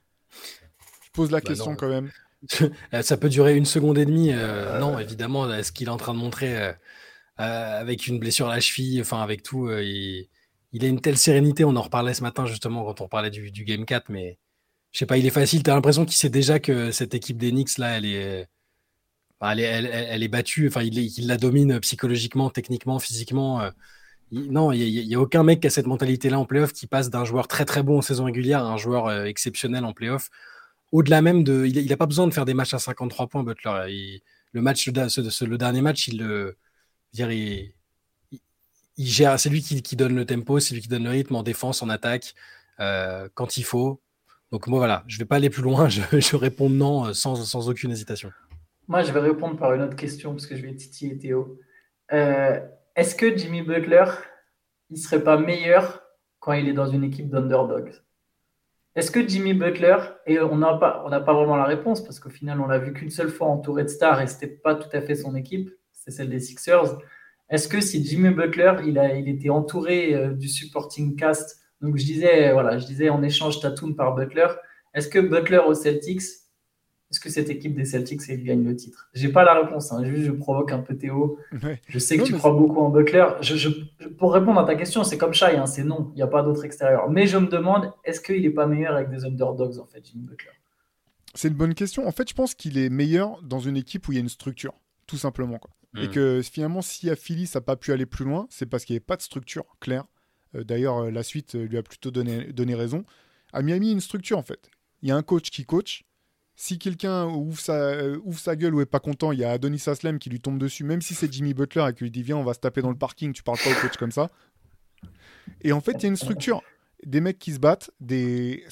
Speaker 4: Je pose la
Speaker 6: Bah
Speaker 4: question
Speaker 6: non.
Speaker 4: quand même.
Speaker 6: Euh, Ça peut durer une seconde et demie. euh, non, évidemment, euh, ce qu'il est en train de montrer euh, euh, avec une blessure à la cheville, enfin avec tout, euh, il, il a une telle sérénité. On en reparlait ce matin justement quand on parlait du, du Game quatre, mais je sais pas, il est facile. T'as l'impression qu'il sait déjà que cette équipe des Knicks là, elle est, enfin, elle est, elle, elle- elle est battue. Enfin, il, est- il la domine psychologiquement, techniquement, physiquement. euh. Il- non, il y, a- il y a aucun mec qui a cette mentalité-là en playoff qui passe d'un joueur très très bon en saison régulière à un joueur euh, exceptionnel en playoff. Au-delà même de, il n'a pas besoin de faire des matchs à cinquante-trois points, Butler. Il- le match, le, ce- ce- le dernier match, il le, je veux dire, il, il- il gère. C'est lui qui, qui donne le tempo, c'est lui qui donne le rythme en défense, en attaque, euh, quand il faut. Donc moi voilà, je vais pas aller plus loin. Je, je réponds non euh, sans, sans aucune hésitation.
Speaker 5: Moi, je vais répondre par une autre question parce que je vais titiller Théo. Euh, est-ce que Jimmy Butler, il serait pas meilleur quand il est dans une équipe d'underdogs? Est-ce que Jimmy Butler, et on n'a pas, on n'a pas vraiment la réponse parce qu'au final, on l'a vu qu'une seule fois entouré de stars et c'était pas tout à fait son équipe, c'est celle des Sixers. Est-ce que si Jimmy Butler, il a, il était entouré euh, du supporting cast, donc je disais, euh, voilà, je disais en échange Tatum par Butler, est-ce que Butler aux Celtics, est-ce que cette équipe des Celtics, elle gagne le titre? J'ai pas la réponse, hein, juste je provoque un peu Théo.
Speaker 4: Ouais.
Speaker 5: Je sais que
Speaker 4: Non,
Speaker 5: tu
Speaker 4: mais
Speaker 5: crois beaucoup en Butler. Je, je- pour répondre à ta question, c'est comme Shai, hein, c'est non, il n'y a pas d'autre extérieur. Mais je me demande, est-ce qu'il n'est pas meilleur avec des underdogs, en fait, Jimmy Butler?
Speaker 4: c'est une bonne question. En fait, je pense qu'il est meilleur dans une équipe où il y a une structure, tout simplement, quoi.
Speaker 6: Mm.
Speaker 4: Et que finalement, si à Philly, ça n'a pas pu aller plus loin, c'est parce qu'il n'y avait pas de structure claire. Euh, d'ailleurs, euh, la suite euh, lui a plutôt donné, donné raison. À Miami, il y a une structure, en fait. Il y a un coach qui coach. Si quelqu'un ouvre sa, euh, ouvre sa gueule ou est pas content, il y a Adonis Haslem qui lui tombe dessus, même si c'est Jimmy Butler et qui lui dit viens, on va se taper dans le parking, tu parles pas au coach comme ça. Et en fait, il y a une structure. Des mecs qui se battent. Des...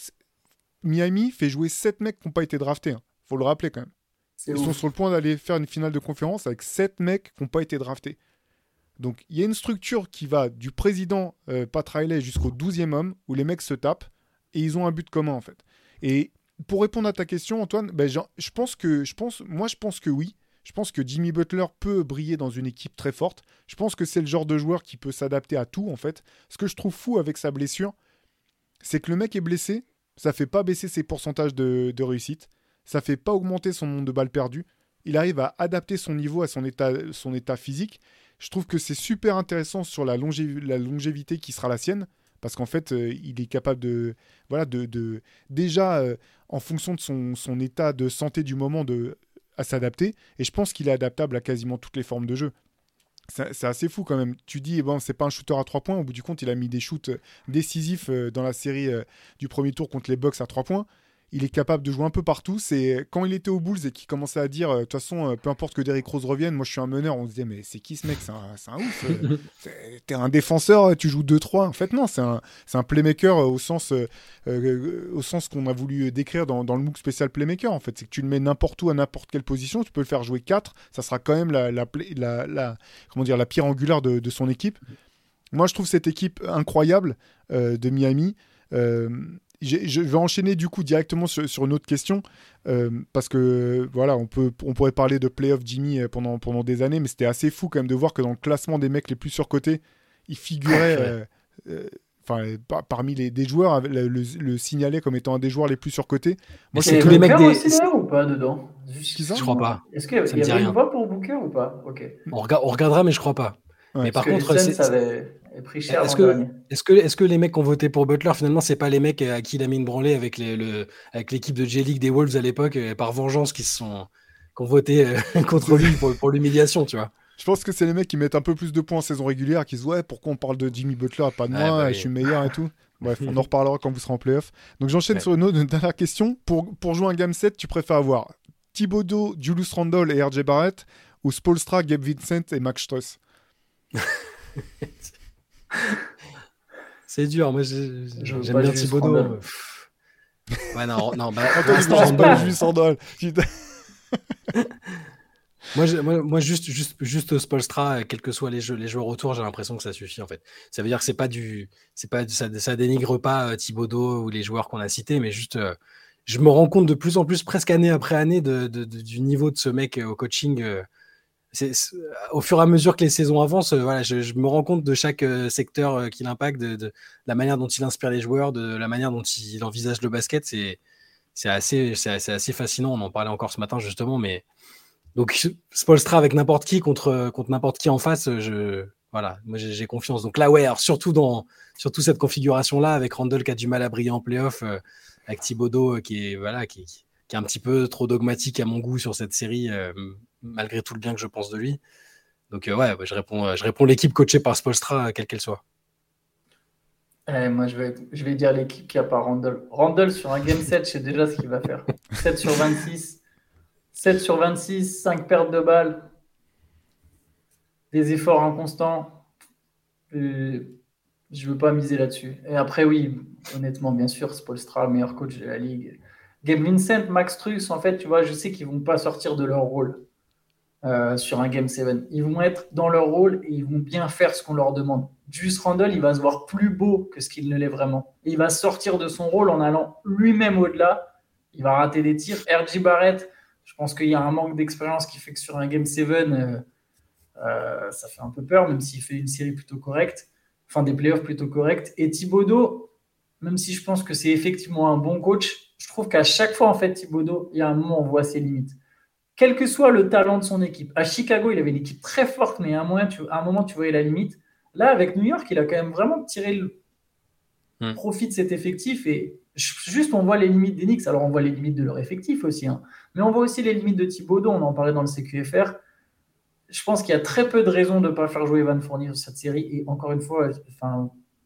Speaker 4: Miami fait jouer sept mecs qui n'ont pas été draftés. Hein. Faut le rappeler quand même.
Speaker 5: C'est
Speaker 4: Ils
Speaker 5: ouf.
Speaker 4: sont sur le point d'aller faire une finale de conférence avec sept mecs qui n'ont pas été draftés. Donc, il y a une structure qui va du président euh, Pat Riley jusqu'au douzième homme où les mecs se tapent et ils ont un but commun en fait. Et pour répondre à ta question, Antoine, ben, je, je pense que, je pense, moi je pense que oui. Je pense que Jimmy Butler peut briller dans une équipe très forte. Je pense que c'est le genre de joueur qui peut s'adapter à tout en fait. Ce que je trouve fou avec sa blessure, c'est que le mec est blessé, ça fait pas baisser ses pourcentages de, de réussite, ça fait pas augmenter son nombre de balles perdues. Il arrive à adapter son niveau à son état, son état physique. Je trouve que c'est super intéressant sur la, longé- la longévité qui sera la sienne, parce qu'en fait, euh, il est capable de, voilà, de, de déjà, euh, en fonction de son, son état de santé du moment, de, à s'adapter. Et je pense qu'il est adaptable à quasiment toutes les formes de jeu. C'est, c'est assez fou quand même. Tu dis, bon, c'est pas un shooter à trois points. Au bout du compte, il a mis des shoots décisifs euh, dans la série euh, du premier tour contre les Bucks à trois points. Il est capable de jouer un peu partout. C'est quand il était aux Bulls et qu'il commençait à dire de euh, toute façon, euh, peu importe que Derrick Rose revienne, moi je suis un meneur. On se disait, mais c'est qui ce mec? C'est un, c'est un ouf. euh, t'es, t'es un défenseur, tu joues deux trois. En fait, non, c'est un, c'est un playmaker euh, au sens, euh, euh, au sens qu'on a voulu décrire dans, dans le MOOC spécial playmaker. En fait, c'est que tu le mets n'importe où, à n'importe quelle position. Tu peux le faire jouer quatre. Ça sera quand même la, la, la, la, comment dire, la pierre angulaire de, de son équipe. Moi, je trouve cette équipe incroyable euh, de Miami. Euh, J'ai, je vais enchaîner du coup directement sur, sur une autre question euh, parce que voilà, on peut, on pourrait parler de playoff Jimmy pendant pendant des années, mais c'était assez fou quand même de voir que dans le classement des mecs les plus surcotés, il figurait, euh, euh, enfin par, parmi les des joueurs, le, le, le signalait comme étant un des joueurs les plus surcotés.
Speaker 6: Moi,
Speaker 5: C'est
Speaker 6: c'est tous les mecs
Speaker 5: Booker
Speaker 6: des.
Speaker 5: aussi là ou pas dedans? Juste-
Speaker 4: Qui ça
Speaker 6: Je crois pas.
Speaker 5: Est-ce qu'il y
Speaker 6: Ça me
Speaker 5: avait
Speaker 6: dit
Speaker 5: une
Speaker 6: rien.
Speaker 5: voix pour Booker ou pas? Ok.
Speaker 6: On, rega- on regardera, mais je crois pas.
Speaker 4: Ouais.
Speaker 6: Mais par
Speaker 5: Parce
Speaker 6: contre,
Speaker 5: que les
Speaker 6: c'est-
Speaker 5: Suns avaient avaient pris cher
Speaker 6: est-ce
Speaker 5: l'an
Speaker 6: que,
Speaker 5: dernier.
Speaker 6: est-ce que, est-ce que les mecs qui ont voté pour Butler, finalement, c'est pas les mecs à qui il a mis une branlée avec, les, le, avec l'équipe de J-League des Wolves à l'époque, euh, par vengeance, qui se sont qui ont voté euh, contre lui pour, pour l'humiliation, tu vois.
Speaker 4: Je pense que c'est les mecs qui mettent un peu plus de points en saison régulière, qui se disent ouais, pourquoi on parle de Jimmy Butler et pas de
Speaker 6: Ouais,
Speaker 4: moi,
Speaker 6: bah oui.
Speaker 4: je suis meilleur et tout. Bref, on en reparlera quand vous serez en playoff. Donc j'enchaîne
Speaker 6: Ouais.
Speaker 4: sur une autre une dernière question. Pour, pour jouer un game set, tu préfères avoir Thibodeau, Julius Randle et R J Barrett ou Spoelstra, Gabe Vincent et Max Strus?
Speaker 6: C'est dur. Moi, j'ai-
Speaker 5: Je veux
Speaker 6: j'aime
Speaker 5: pas
Speaker 6: bien
Speaker 5: Julius
Speaker 6: Thibodeau.
Speaker 5: Randle.
Speaker 6: Pff. Ouais, non, non, bah, pour
Speaker 4: Attends,
Speaker 6: l'instant,
Speaker 4: je pense pas
Speaker 6: Randle,
Speaker 4: Julius Randle. Putain.
Speaker 6: Moi, j'ai- moi, moi, juste, juste, juste Spoelstra, euh, quels que soient les, jeux, les joueurs autour, j'ai l'impression que ça suffit en fait. Ça veut dire que c'est pas du, c'est pas, ça, ça dénigre pas euh, Thibodeau ou les joueurs qu'on a cités, mais juste, euh, je me rends compte de plus en plus, presque année après année, de, de- de- du niveau de ce mec euh, au coaching. euh, c'est, c'est- au fur et à mesure que les saisons avancent, euh, voilà, je, je me rends compte de chaque euh, secteur euh, qui l'impacte, de, de la manière dont il inspire les joueurs, de la manière dont il envisage le basket. C'est, c'est assez, c'est, c'est assez fascinant. On en parlait encore ce matin justement, mais donc Spoelstra avec n'importe qui contre, contre n'importe qui en face, je, voilà, moi j'ai, j'ai confiance. Donc là, ouais, alors surtout dans surtout cette configuration-là, avec Randle qui a du mal à briller en playoff, euh, avec Thibodeau euh, qui est voilà, qui, qui est un petit peu trop dogmatique à mon goût sur cette série, euh, malgré tout le bien que je pense de lui. Donc euh, ouais, je réponds, je réponds l'équipe coachée par Spoelstra, euh, quelle qu'elle soit.
Speaker 5: Eh, moi, je vais, je vais dire l'équipe qui a pas Randle. Randle sur un game set, je sais déjà ce qu'il va faire. sept sur vingt-six. sept sur vingt-six, cinq pertes de balles, des efforts inconstants. Euh, je ne veux pas miser là-dessus. Et après, oui, honnêtement, bien sûr, Spoelstra, meilleur coach de la ligue. Gabe Vincent, Max Strus, en fait, tu vois, je sais qu'ils ne vont pas sortir de leur rôle euh, sur un Game sept. Ils vont être dans leur rôle et ils vont bien faire ce qu'on leur demande. Julius Randle, il va se voir plus beau que ce qu'il ne l'est vraiment. Et il va sortir de son rôle en allant lui-même au-delà. Il va rater des tirs. R J Barrett, je pense qu'il y a un manque d'expérience qui fait que sur un Game sept, euh, euh, ça fait un peu peur, même s'il fait une série plutôt correcte, enfin des playoffs plutôt corrects. Et Thibodeau, même si je pense que c'est effectivement un bon coach, je trouve qu'à chaque fois, en fait, Thibodeau, il y a un moment où on voit ses limites. Quel que soit le talent de son équipe. À Chicago, il avait une équipe très forte, mais à un moment, tu, à un moment, tu voyais la limite. Là, avec New York, il a quand même vraiment tiré le,
Speaker 6: Hmm.
Speaker 5: profite de cet effectif et juste on voit les limites des Knicks. Alors on voit les limites de leur effectif aussi, hein. Mais on voit aussi les limites de Thibodeau. On en parlait dans le C Q F R. Je pense qu'il y a très peu de raisons de ne pas faire jouer Evan Fournier sur cette série. Et encore une fois, enfin,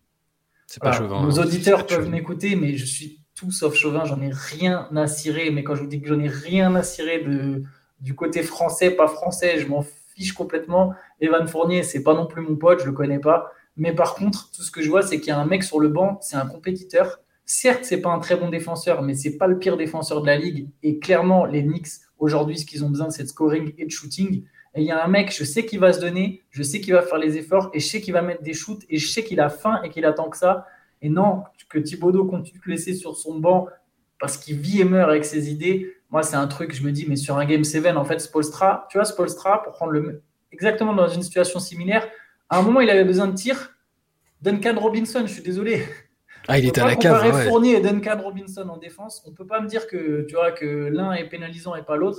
Speaker 6: C'est
Speaker 5: voilà,
Speaker 6: pas chauvin.
Speaker 5: nos
Speaker 6: hein.
Speaker 5: auditeurs
Speaker 6: C'est pas
Speaker 5: peuvent
Speaker 6: chauvin.
Speaker 5: m'écouter, mais je suis tout sauf chauvin. J'en ai rien à cirer. Mais quand je vous dis que j'en ai rien à cirer de, du côté français, pas français, je m'en fiche complètement. Evan Fournier, c'est pas non plus mon pote, je le connais pas. Mais par contre, tout ce que je vois, c'est qu'il y a un mec sur le banc, c'est un compétiteur. Certes, c'est pas un très bon défenseur, mais c'est pas le pire défenseur de la ligue. Et clairement, les Knicks, aujourd'hui, ce qu'ils ont besoin, c'est de scoring et de shooting. Et il y a un mec, je sais qu'il va se donner, je sais qu'il va faire les efforts, et je sais qu'il va mettre des shoots, et je sais qu'il a faim et qu'il attend que ça. Et non, que Thibodeau continue de le laisser sur son banc parce qu'il vit et meurt avec ses idées. Moi, c'est un truc, je me dis, mais sur un Game sept, en fait, Spoelstra, tu vois, Spoelstra, pour prendre le exactement dans une situation similaire, à un moment, il avait besoin de tir. Duncan Robinson, je suis désolé.
Speaker 6: Ah, il
Speaker 5: On
Speaker 6: était
Speaker 5: peut
Speaker 6: à
Speaker 5: pas
Speaker 6: la cave.
Speaker 5: comparer
Speaker 6: hein, ouais.
Speaker 5: Fournier et Duncan Robinson en défense. On peut pas me dire que, tu vois, que l'un est pénalisant et pas l'autre.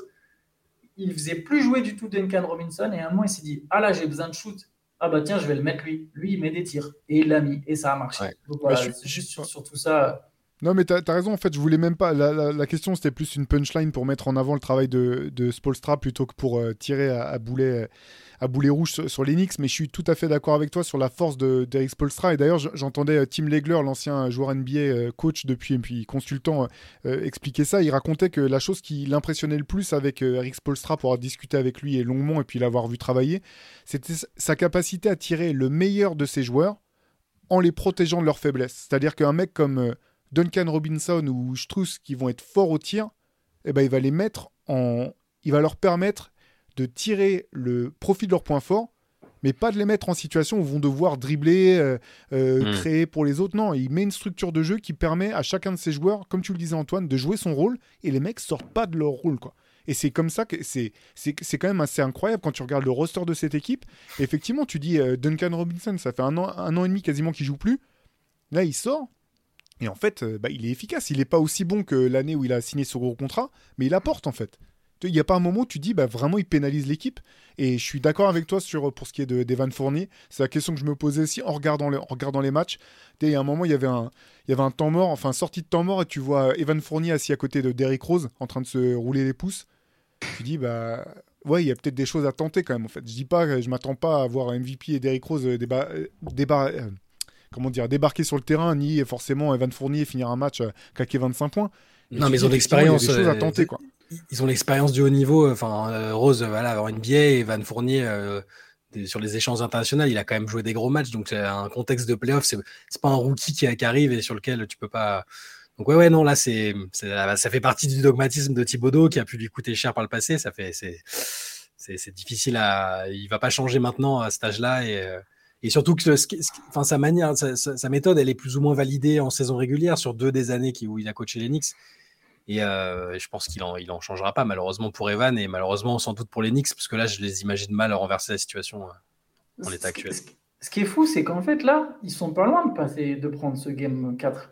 Speaker 5: Il faisait plus jouer du tout Duncan Robinson et à un moment, il s'est dit, ah là, j'ai besoin de shoot. Ah bah tiens, je vais le mettre lui. Lui, il met des tirs. Et il l'a mis. Et ça a marché.
Speaker 6: Ouais.
Speaker 5: Donc voilà,
Speaker 4: Bah, je suis-
Speaker 5: c'est juste sur, sur tout ça.
Speaker 4: Non, mais t'as as raison, en fait, je voulais même pas. La, la, la question, c'était plus une punchline pour mettre en avant le travail de, de Spoelstra plutôt que pour euh, tirer à, à, boulet, à boulet rouge sur, sur les Knicks. Mais je suis tout à fait d'accord avec toi sur la force d'Eric Spoelstra. Et d'ailleurs, j'entendais euh, Tim Legler, l'ancien joueur N B A, euh, coach depuis et puis consultant, euh, expliquer ça. Il racontait que la chose qui l'impressionnait le plus avec euh, Eric Spoelstra, pour avoir discuté avec lui et longuement et puis l'avoir vu travailler, c'était sa capacité à tirer le meilleur de ses joueurs en les protégeant de leurs faiblesses. C'est-à-dire qu'un mec comme euh, Duncan Robinson ou Strus qui vont être forts au tir, eh ben, il va les mettre en... il va leur permettre de tirer le profit de leurs points forts, mais pas de les mettre en situation où ils vont devoir dribbler, euh, euh,
Speaker 6: Mm.
Speaker 4: créer pour les autres. Non, il met une structure de jeu qui permet à chacun de ses joueurs, comme tu le disais Antoine, de jouer son rôle, et les mecs sortent pas de leur rôle, quoi. Et c'est comme ça que c'est, c'est, c'est quand même assez incroyable quand tu regardes le roster de cette équipe. Et effectivement, tu dis euh, Duncan Robinson, ça fait un an, un an et demi quasiment qu'il joue plus. Là, il sort. Et en fait, euh, bah, il est efficace. Il n'est pas aussi bon que l'année où il a signé son gros contrat, mais il apporte en fait. Il n'y a pas un moment où tu dis bah, vraiment il pénalise l'équipe. Et je suis d'accord avec toi sur, pour ce qui est de, d'Evan Fournier. C'est la question que je me posais aussi en regardant, le, en regardant les matchs. Il y a un moment, il y avait un, il y avait un temps mort, enfin sortie de temps mort, et tu vois Evan Fournier assis à côté de Derrick Rose en train de se rouler les pouces. Tu dis, bah ouais, il y a peut-être des choses à tenter quand même en fait. Je dis pas, je m'attends pas à voir M V P et Derrick Rose déba- déba- euh, comment dire, débarquer sur le terrain, ni forcément Evan Fournier finir un match, euh, claquer vingt-cinq points.
Speaker 6: Non,
Speaker 4: tu
Speaker 6: mais ils
Speaker 4: dis,
Speaker 6: ont
Speaker 4: effectivement, il y a
Speaker 6: l'expérience.
Speaker 4: des choses à
Speaker 6: euh,
Speaker 4: tenter, quoi.
Speaker 6: Ils ont l'expérience du haut niveau. Enfin, euh, Rose, voilà, en N B A, et Evan Fournier, euh, des- sur les échanges internationaux, il a quand même joué des gros matchs. Donc, c'est un contexte de playoff. C'est c'est pas un rookie qui, qui arrive et sur lequel tu peux pas. Donc, ouais, ouais, non, là, c'est, c'est- ça fait partie du dogmatisme de Thibodeau qui a pu lui coûter cher par le passé. Ça fait, c'est, c'est, c'est difficile à. Il va pas changer maintenant à cet âge-là. Et, euh, et surtout que ce qui- ce qui- enfin, sa manière, sa, sa- sa méthode, elle est plus ou moins validée en saison régulière sur deux des années qui, où il a coaché les Knicks. Et euh, je pense qu'il en, il en changera pas, malheureusement pour Evan et malheureusement sans doute pour les Knicks, parce que là, je les imagine mal renverser la situation euh, en l'état actuel.
Speaker 5: Ce ce qui est fou, c'est qu'en fait, là, ils sont pas loin de passer, de prendre ce game quatre.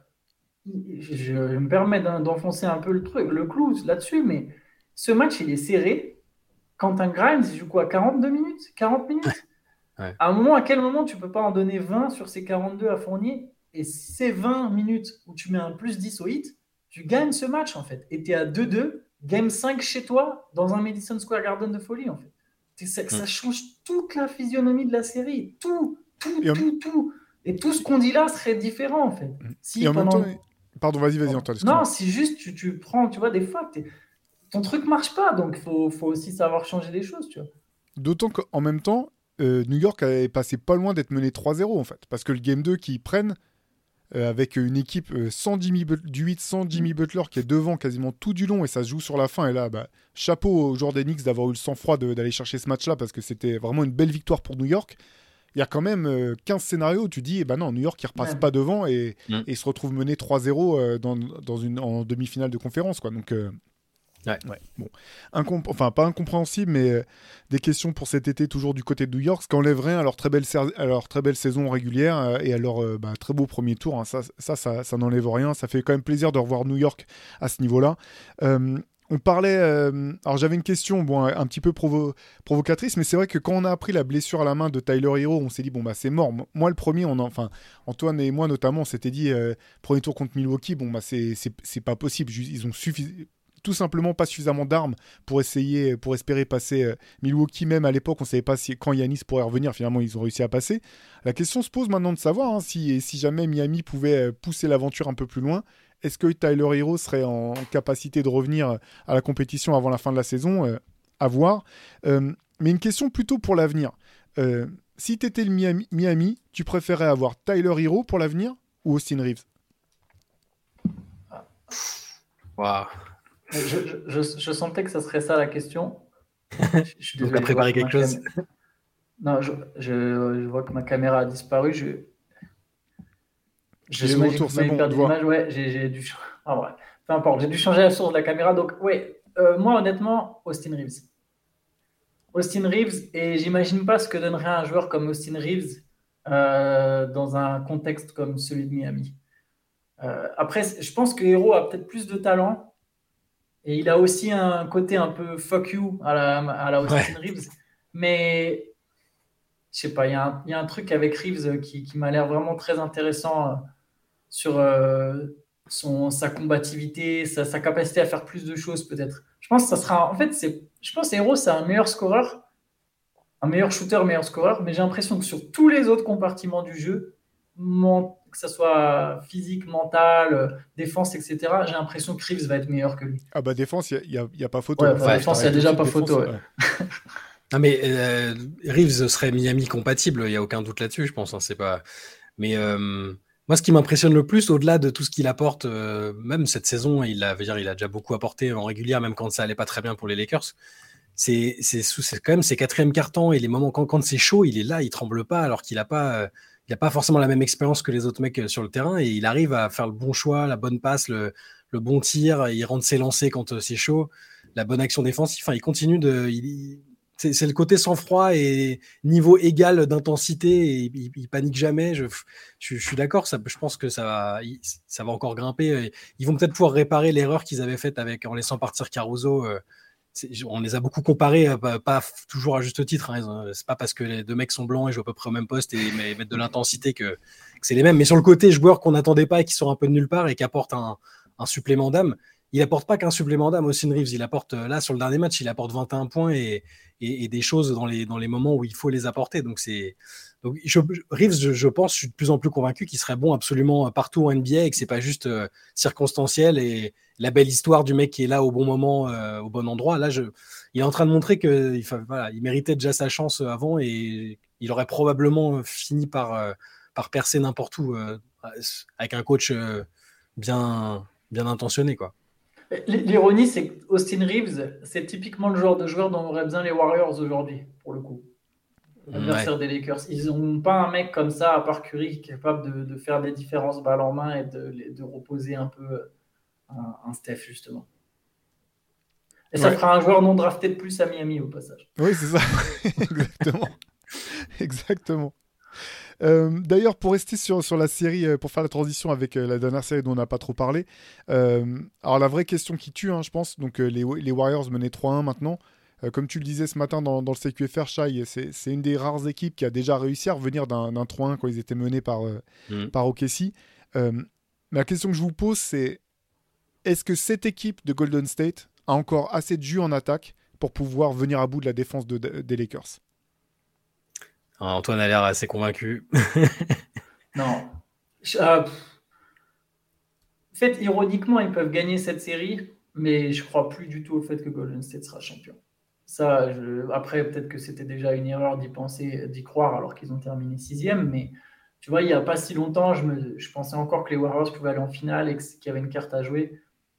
Speaker 5: Je, je me permets d'en- d'enfoncer un peu le truc, le clou là-dessus, mais ce match, il est serré. Quentin Grimes, il joue quoi? quarante-deux minutes? quarante minutes?
Speaker 6: Ouais.
Speaker 5: À un moment, à quel moment tu peux pas en donner vingt sur ces quarante-deux à Fournier? Et ces vingt minutes où tu mets un plus dix au hit, tu gagnes ce match, en fait. Et tu es à deux deux, game cinq chez toi, dans un Madison Square Garden de folie, en fait. C'est- Ça, ça change toute la physionomie de la série. Tout, tout,
Speaker 4: Et en-
Speaker 5: tout, tout. Et tout ce qu'on dit là serait différent, en fait. Si
Speaker 4: Et en même
Speaker 5: pendant-
Speaker 4: temps, pardon, vas-y, vas-y, Antoine. excuse-moi.
Speaker 5: Non, si juste tu, tu prends, tu vois, des fois, t'es- ton truc marche pas, donc il faut, faut aussi savoir changer les choses, tu vois.
Speaker 4: D'autant qu'en même temps, euh, New York est passé pas loin d'être mené trois zéro en fait. Parce que le game deux qu'ils prennent, euh, avec une équipe euh, sans Jimmy But- du huit sans Jimmy Butler qui est devant quasiment tout du long et ça se joue sur la fin. Et là, bah, chapeau aux joueurs des Knicks d'avoir eu le sang-froid de- d'aller chercher ce match-là parce que c'était vraiment une belle victoire pour New York. Il y a quand même euh, quinze scénarios où tu dis, eh ben non, New York, il repasse
Speaker 5: Ouais.
Speaker 4: pas devant et,
Speaker 6: Mm.
Speaker 4: et se retrouve mené trois zéro euh, dans, dans une, en demi-finale de conférence. Quoi. Donc, euh,
Speaker 6: Ouais.
Speaker 4: bon. Incom- enfin, pas incompréhensible, mais euh, des questions pour cet été toujours du côté de New York, ce qui enlève rien à leur très belle, ser- à leur très belle saison régulière euh, et à leur euh, bah, très beau premier tour. Hein. Ça, ça, ça, ça n'enlève rien. Ça fait quand même plaisir de revoir New York à ce niveau-là. Euh, on parlait. euh, alors j'avais une question, bon, un petit peu provo- provocatrice, mais c'est vrai que quand on a appris la blessure à la main de Tyler Hero, on s'est dit bon bah c'est mort. M- Moi le premier, on en- enfin Antoine et moi notamment, on s'était dit euh, premier tour contre Milwaukee, bon bah c'est c'est c'est pas possible. Ju- Ils ont suffi- tout simplement pas suffisamment d'armes pour essayer, pour espérer passer euh, Milwaukee. Même à l'époque, on savait pas si, quand Giannis pourrait revenir. Finalement, ils ont réussi à passer. La question se pose maintenant de savoir hein, si si jamais Miami pouvait euh, pousser l'aventure un peu plus loin. Est-ce que Tyler Hero serait en capacité de revenir à la compétition avant la fin de la saison? Euh, à voir. Euh, mais une question plutôt pour l'avenir. Euh, si tu étais le Miami, Miami, tu préférais avoir Tyler Hero pour l'avenir ou Austin Reeves?
Speaker 6: Waouh.
Speaker 5: Je, je, je, je sentais que ça serait ça la question. Je, je suis
Speaker 6: Donc,
Speaker 5: désolé.
Speaker 6: t'as préparé
Speaker 5: je vois
Speaker 6: quelque
Speaker 5: que ma
Speaker 6: chose
Speaker 5: cam- Non, je, je, je vois que ma caméra a disparu. Je, je
Speaker 4: J'ai le
Speaker 5: j'imagine que
Speaker 4: retour,
Speaker 5: vous
Speaker 4: c'est
Speaker 5: m'avez
Speaker 4: bon, on te
Speaker 5: perdu
Speaker 4: voit.
Speaker 5: l'image. Ouais, j'ai, j'ai dû. ch- Ah, ouais. Peu importe, j'ai dû changer la source de la caméra. Donc, ouais, euh, moi, honnêtement, Austin Reeves. Austin Reeves, et j'imagine pas ce que donnerait un joueur comme Austin Reeves euh, dans un contexte comme celui de Miami. Euh, après, je pense que Hero a peut-être plus de talent et il a aussi un côté un peu fuck you à la, à la
Speaker 6: Ouais.
Speaker 5: Austin Reeves. Mais je sais pas, il y, a un- il y a un truc avec Reeves qui, qui m'a l'air vraiment très intéressant euh, sur euh, son, sa combativité, sa, sa capacité à faire plus de choses peut-être. Je pense que ça sera. En fait, c'est, je pense que Hero, c'est un meilleur scoreur, un meilleur shooter, meilleur scoreur, mais j'ai l'impression que sur tous les autres compartiments du jeu, mon- que ce soit physique, mental, euh, défense, et cetera, j'ai l'impression que Reeves va être meilleur que lui.
Speaker 4: Ah bah défense, il n'y a, y a- y a pas photo.
Speaker 5: Ouais,
Speaker 4: Hein.
Speaker 5: enfin,
Speaker 4: Ça,
Speaker 6: Ouais.
Speaker 4: je
Speaker 5: défense, il n'y a
Speaker 4: t'arrête tout de
Speaker 5: déjà
Speaker 4: suite.
Speaker 5: pas
Speaker 4: Défense,
Speaker 5: photo. Ouais.
Speaker 4: ouais.
Speaker 6: Non, mais euh, Reeves serait Miami compatible, il n'y a aucun doute là-dessus, je pense. Hein, c'est pas... Mais euh, moi, ce qui m'impressionne le plus, au-delà de tout ce qu'il apporte, euh, même cette saison, il a, veut dire, il a déjà beaucoup apporté en régulière, même quand ça allait pas très bien pour les Lakers. C'est, c'est, sous- c'est quand même ses quatrièmes cartons et les moments quand, quand c'est chaud, il est là, il tremble pas, alors qu'il a pas, euh, il a pas forcément la même expérience que les autres mecs euh, sur le terrain et il arrive à faire le bon choix, la bonne passe, le, le bon tir, il rentre ses lancers quand euh, c'est chaud, la bonne action défensive. Enfin, il continue de, il- il- c'est, c'est le côté sang-froid et niveau égal d'intensité. Et il, il panique jamais. Je, je, je suis d'accord. Ça, je pense que ça va, il- ça va encore grimper. Ils vont peut-être pouvoir réparer l'erreur qu'ils avaient faite avec en laissant partir Caruso. euh, c'est- on les a beaucoup comparés, euh, pas, pas f- toujours à juste titre. Hein. Ils ont- C'est pas parce que les deux mecs sont blancs et jouent à peu près au même poste et mais- mettent de l'intensité que, que c'est les mêmes. Mais sur le côté joueurs qu'on n'attendait pas et qui sont un peu de nulle part et qui apportent un, un supplément d'âme, il apporte pas qu'un supplément d'âme. Austin Reeves, il apporte euh, là sur le dernier match, il apporte vingt et un points et, et, et des choses dans les, dans les moments où il faut les apporter. Donc c'est donc je, Reeves, je, je pense, je suis de plus en plus convaincu qu'il serait bon absolument partout en N B A et que c'est pas juste euh, circonstanciel et la belle histoire du mec qui est là au bon moment, euh, au bon endroit. Là, je, il est en train de montrer qu'il voilà, il méritait déjà sa chance avant et il aurait probablement fini par, euh, par percer n'importe où euh, avec un coach euh, bien, bien intentionné, quoi.
Speaker 5: L'ironie, c'est qu'Austin Reeves, c'est typiquement le genre de joueur dont auraient besoin les Warriors aujourd'hui, pour le coup. Adversaire
Speaker 6: Ouais.
Speaker 5: des Lakers. Ils n'ont pas un mec comme ça, à part Curry, capable de, de faire des différences balle en main et de, de reposer un peu un, un Steph, justement. Et ça
Speaker 4: Ouais.
Speaker 5: fera un joueur non drafté de plus à Miami, au passage.
Speaker 4: Oui, c'est ça. Exactement. Exactement. Euh, D'ailleurs, pour rester sur, sur la série, euh, pour faire la transition avec euh, la dernière série dont on n'a pas trop parlé, euh, alors la vraie question qui tue, hein, je pense, donc euh, les, les Warriors menaient trois un maintenant. Euh, comme tu le disais ce matin dans, dans le C Q F R, Shai, c'est c'est une des rares équipes qui a déjà réussi à revenir d'un d'un trois un quand ils étaient menés par, euh,
Speaker 6: Mm.
Speaker 4: par O K C. Euh, mais la question que je vous pose, c'est est-ce que cette équipe de Golden State a encore assez de jus en attaque pour pouvoir venir à bout de la défense de- de- des Lakers?
Speaker 6: Alors, Antoine a l'air assez convaincu.
Speaker 5: Non. Je- euh, pff. En fait, ironiquement, ils peuvent gagner cette série, mais je crois plus du tout au fait que Golden State sera champion. Ça, je- après, peut-être que c'était déjà une erreur d'y penser, d'y croire alors qu'ils ont terminé sixième, mais tu vois, il n'y a pas si longtemps, je, me, je pensais encore que les Warriors pouvaient aller en finale et que- qu'il y avait une carte à jouer.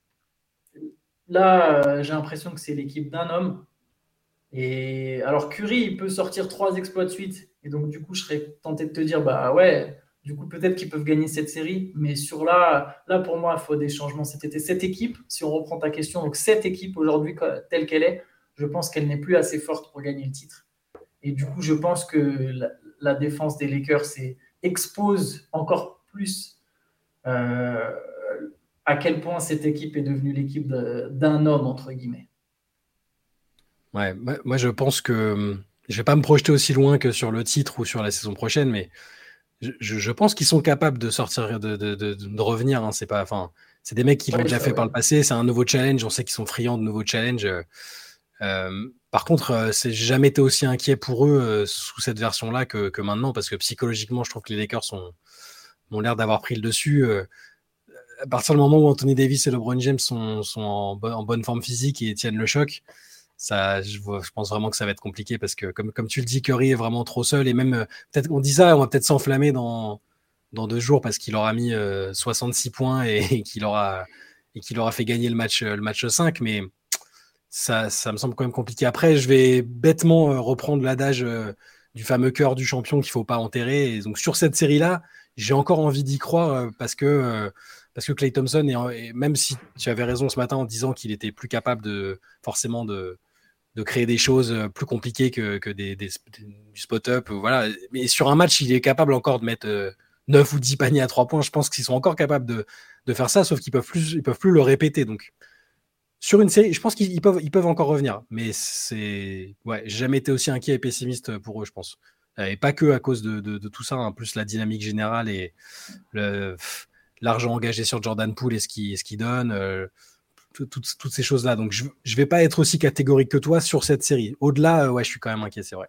Speaker 5: Là, euh, j'ai l'impression que c'est l'équipe d'un homme. Et alors, Curry, il peut sortir trois exploits de suite. Et donc, du coup, je serais tenté de te dire, bah ouais, du coup, peut-être qu'ils peuvent gagner cette série. Mais sur là, là pour moi, il faut des changements cet été. Cette équipe, si on reprend ta question, donc cette équipe aujourd'hui, co- telle qu'elle est, je pense qu'elle n'est plus assez forte pour gagner le titre. Et du coup, je pense que la, la défense des Lakers c'est- expose encore plus euh, à quel point cette équipe est devenue l'équipe de, d'un homme, entre guillemets.
Speaker 6: Ouais, moi je pense que je vais pas me projeter aussi loin que sur le titre ou sur la saison prochaine, mais je, je pense qu'ils sont capables de sortir, de, de, de, de revenir. Hein. C'est pas, enfin, c'est des mecs qui l'ont ouais, déjà fait ouais. par le passé. C'est un nouveau challenge. On sait qu'ils sont friands de nouveaux challenges. Euh, par contre, euh, c'est j'ai jamais été aussi inquiet pour eux euh, sous cette version-là que, que maintenant, parce que psychologiquement, je trouve que les Lakers sont, ont l'air d'avoir pris le dessus. Euh, à partir du moment où Anthony Davis et LeBron James sont, sont en, bo- en bonne forme physique et tiennent le choc, ça, je, vois, je pense vraiment que ça va être compliqué parce que, comme, comme tu le dis, Curry est vraiment trop seul et même, euh, peut-être on dit ça, on va peut-être s'enflammer dans, dans deux jours parce qu'il aura mis euh, soixante-six points et, et, qu'il aura, et qu'il aura fait gagner le match, le match cinq, mais ça, ça me semble quand même compliqué. Après, je vais bêtement euh, reprendre l'adage euh, du fameux cœur du champion qu'il ne faut pas enterrer. Et donc, sur cette série-là, j'ai encore envie d'y croire euh, parce que euh, parce que Klay Thompson, est, et même si tu avais raison ce matin en disant qu'il était plus capable de forcément de, de créer des choses plus compliquées que, que des, des, du spot-up. Voilà. Mais sur un match, il est capable encore de mettre euh, neuf ou dix paniers à trois points. Je pense qu'ils sont encore capables de, de faire ça, sauf qu'ils peuvent plus, ils peuvent plus le répéter. Donc, sur une série, je pense qu'ils peuvent, ils peuvent encore revenir. Mais c'est, ouais, j'ai jamais été aussi inquiet et pessimiste pour eux, je pense. Et pas que à cause de, de, de tout ça, hein, plus la dynamique générale et le, l'argent engagé sur Jordan Poole et ce qu'il, ce qu'il donne, euh, tout, tout, toutes ces choses-là. Donc, je ne vais pas être aussi catégorique que toi sur cette série. Au-delà, euh, ouais, je suis quand même inquiet, c'est vrai.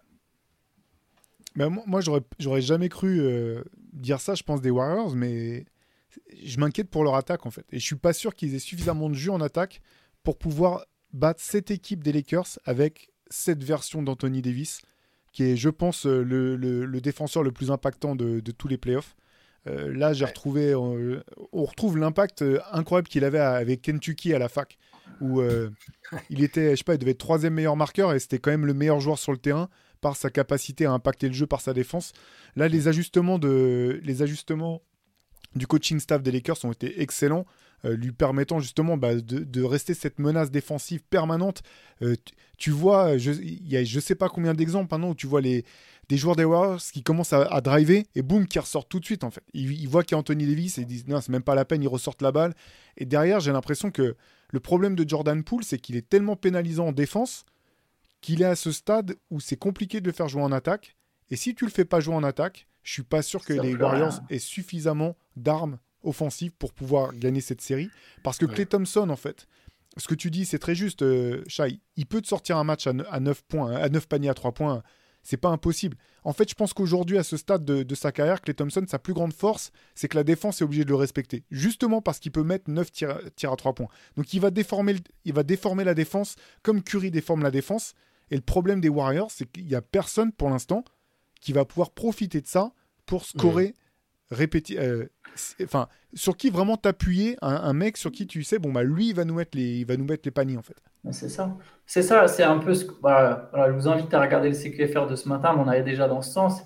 Speaker 4: Ben, moi, j'aurais, j'aurais jamais cru euh, dire ça, je pense, des Warriors, mais je m'inquiète pour leur attaque, en fait. Et je suis pas sûr qu'ils aient suffisamment de jus en attaque pour pouvoir battre cette équipe des Lakers avec cette version d'Anthony Davis, qui est, je pense, le, le, le défenseur le plus impactant de, de tous les playoffs. Euh, là, j'ai ouais. retrouvé, euh, on retrouve l'impact euh, incroyable qu'il avait avec Kentucky à la fac, où euh, il était, je sais pas, il devait être troisième meilleur marqueur et c'était quand même le meilleur joueur sur le terrain par sa capacité à impacter le jeu par sa défense. Là, les ajustements de, les ajustements du coaching staff des Lakers ont été excellents, euh, lui permettant justement bah, de, de rester cette menace défensive permanente. Euh, tu, tu vois, il y a je sais pas combien d'exemples maintenant où tu vois les des joueurs des Warriors qui commencent à, à driver et boum, qui ressortent tout de suite en fait. Ils, ils voient qu'il y a Anthony Davis et ils disent non, c'est même pas la peine, ils ressortent la balle. Et derrière, j'ai l'impression que le problème de Jordan Poole, c'est qu'il est tellement pénalisant en défense qu'il est à ce stade où c'est compliqué de le faire jouer en attaque. Et si tu le fais pas jouer en attaque, je suis pas sûr que ça les Warriors rien. aient suffisamment d'armes offensives pour pouvoir gagner cette série. Parce que ouais. Klay Thompson, en fait, ce que tu dis, c'est très juste, euh, Shai, il peut te sortir un match à neuf points, à neuf paniers à trois points. C'est pas impossible. En fait, je pense qu'aujourd'hui, à ce stade de, de sa carrière, Klay Thompson, sa plus grande force, c'est que la défense est obligée de le respecter. Justement parce qu'il peut mettre neuf tirs, tirs à trois points. Donc, il va, déformer le, il va déformer la défense comme Curry déforme la défense. Et le problème des Warriors, c'est qu'il n'y a personne, pour l'instant, qui va pouvoir profiter de ça pour scorer, mmh. répéter... Euh, enfin, sur qui vraiment t'appuyer, un, un mec sur qui tu sais, bon, bah, lui, il va nous mettre les, il va nous mettre les paniers, en fait.
Speaker 5: C'est ça. C'est ça, c'est un peu ce que, voilà, voilà, je vous invite à regarder le C Q F R de ce matin, mais on allait déjà dans ce sens.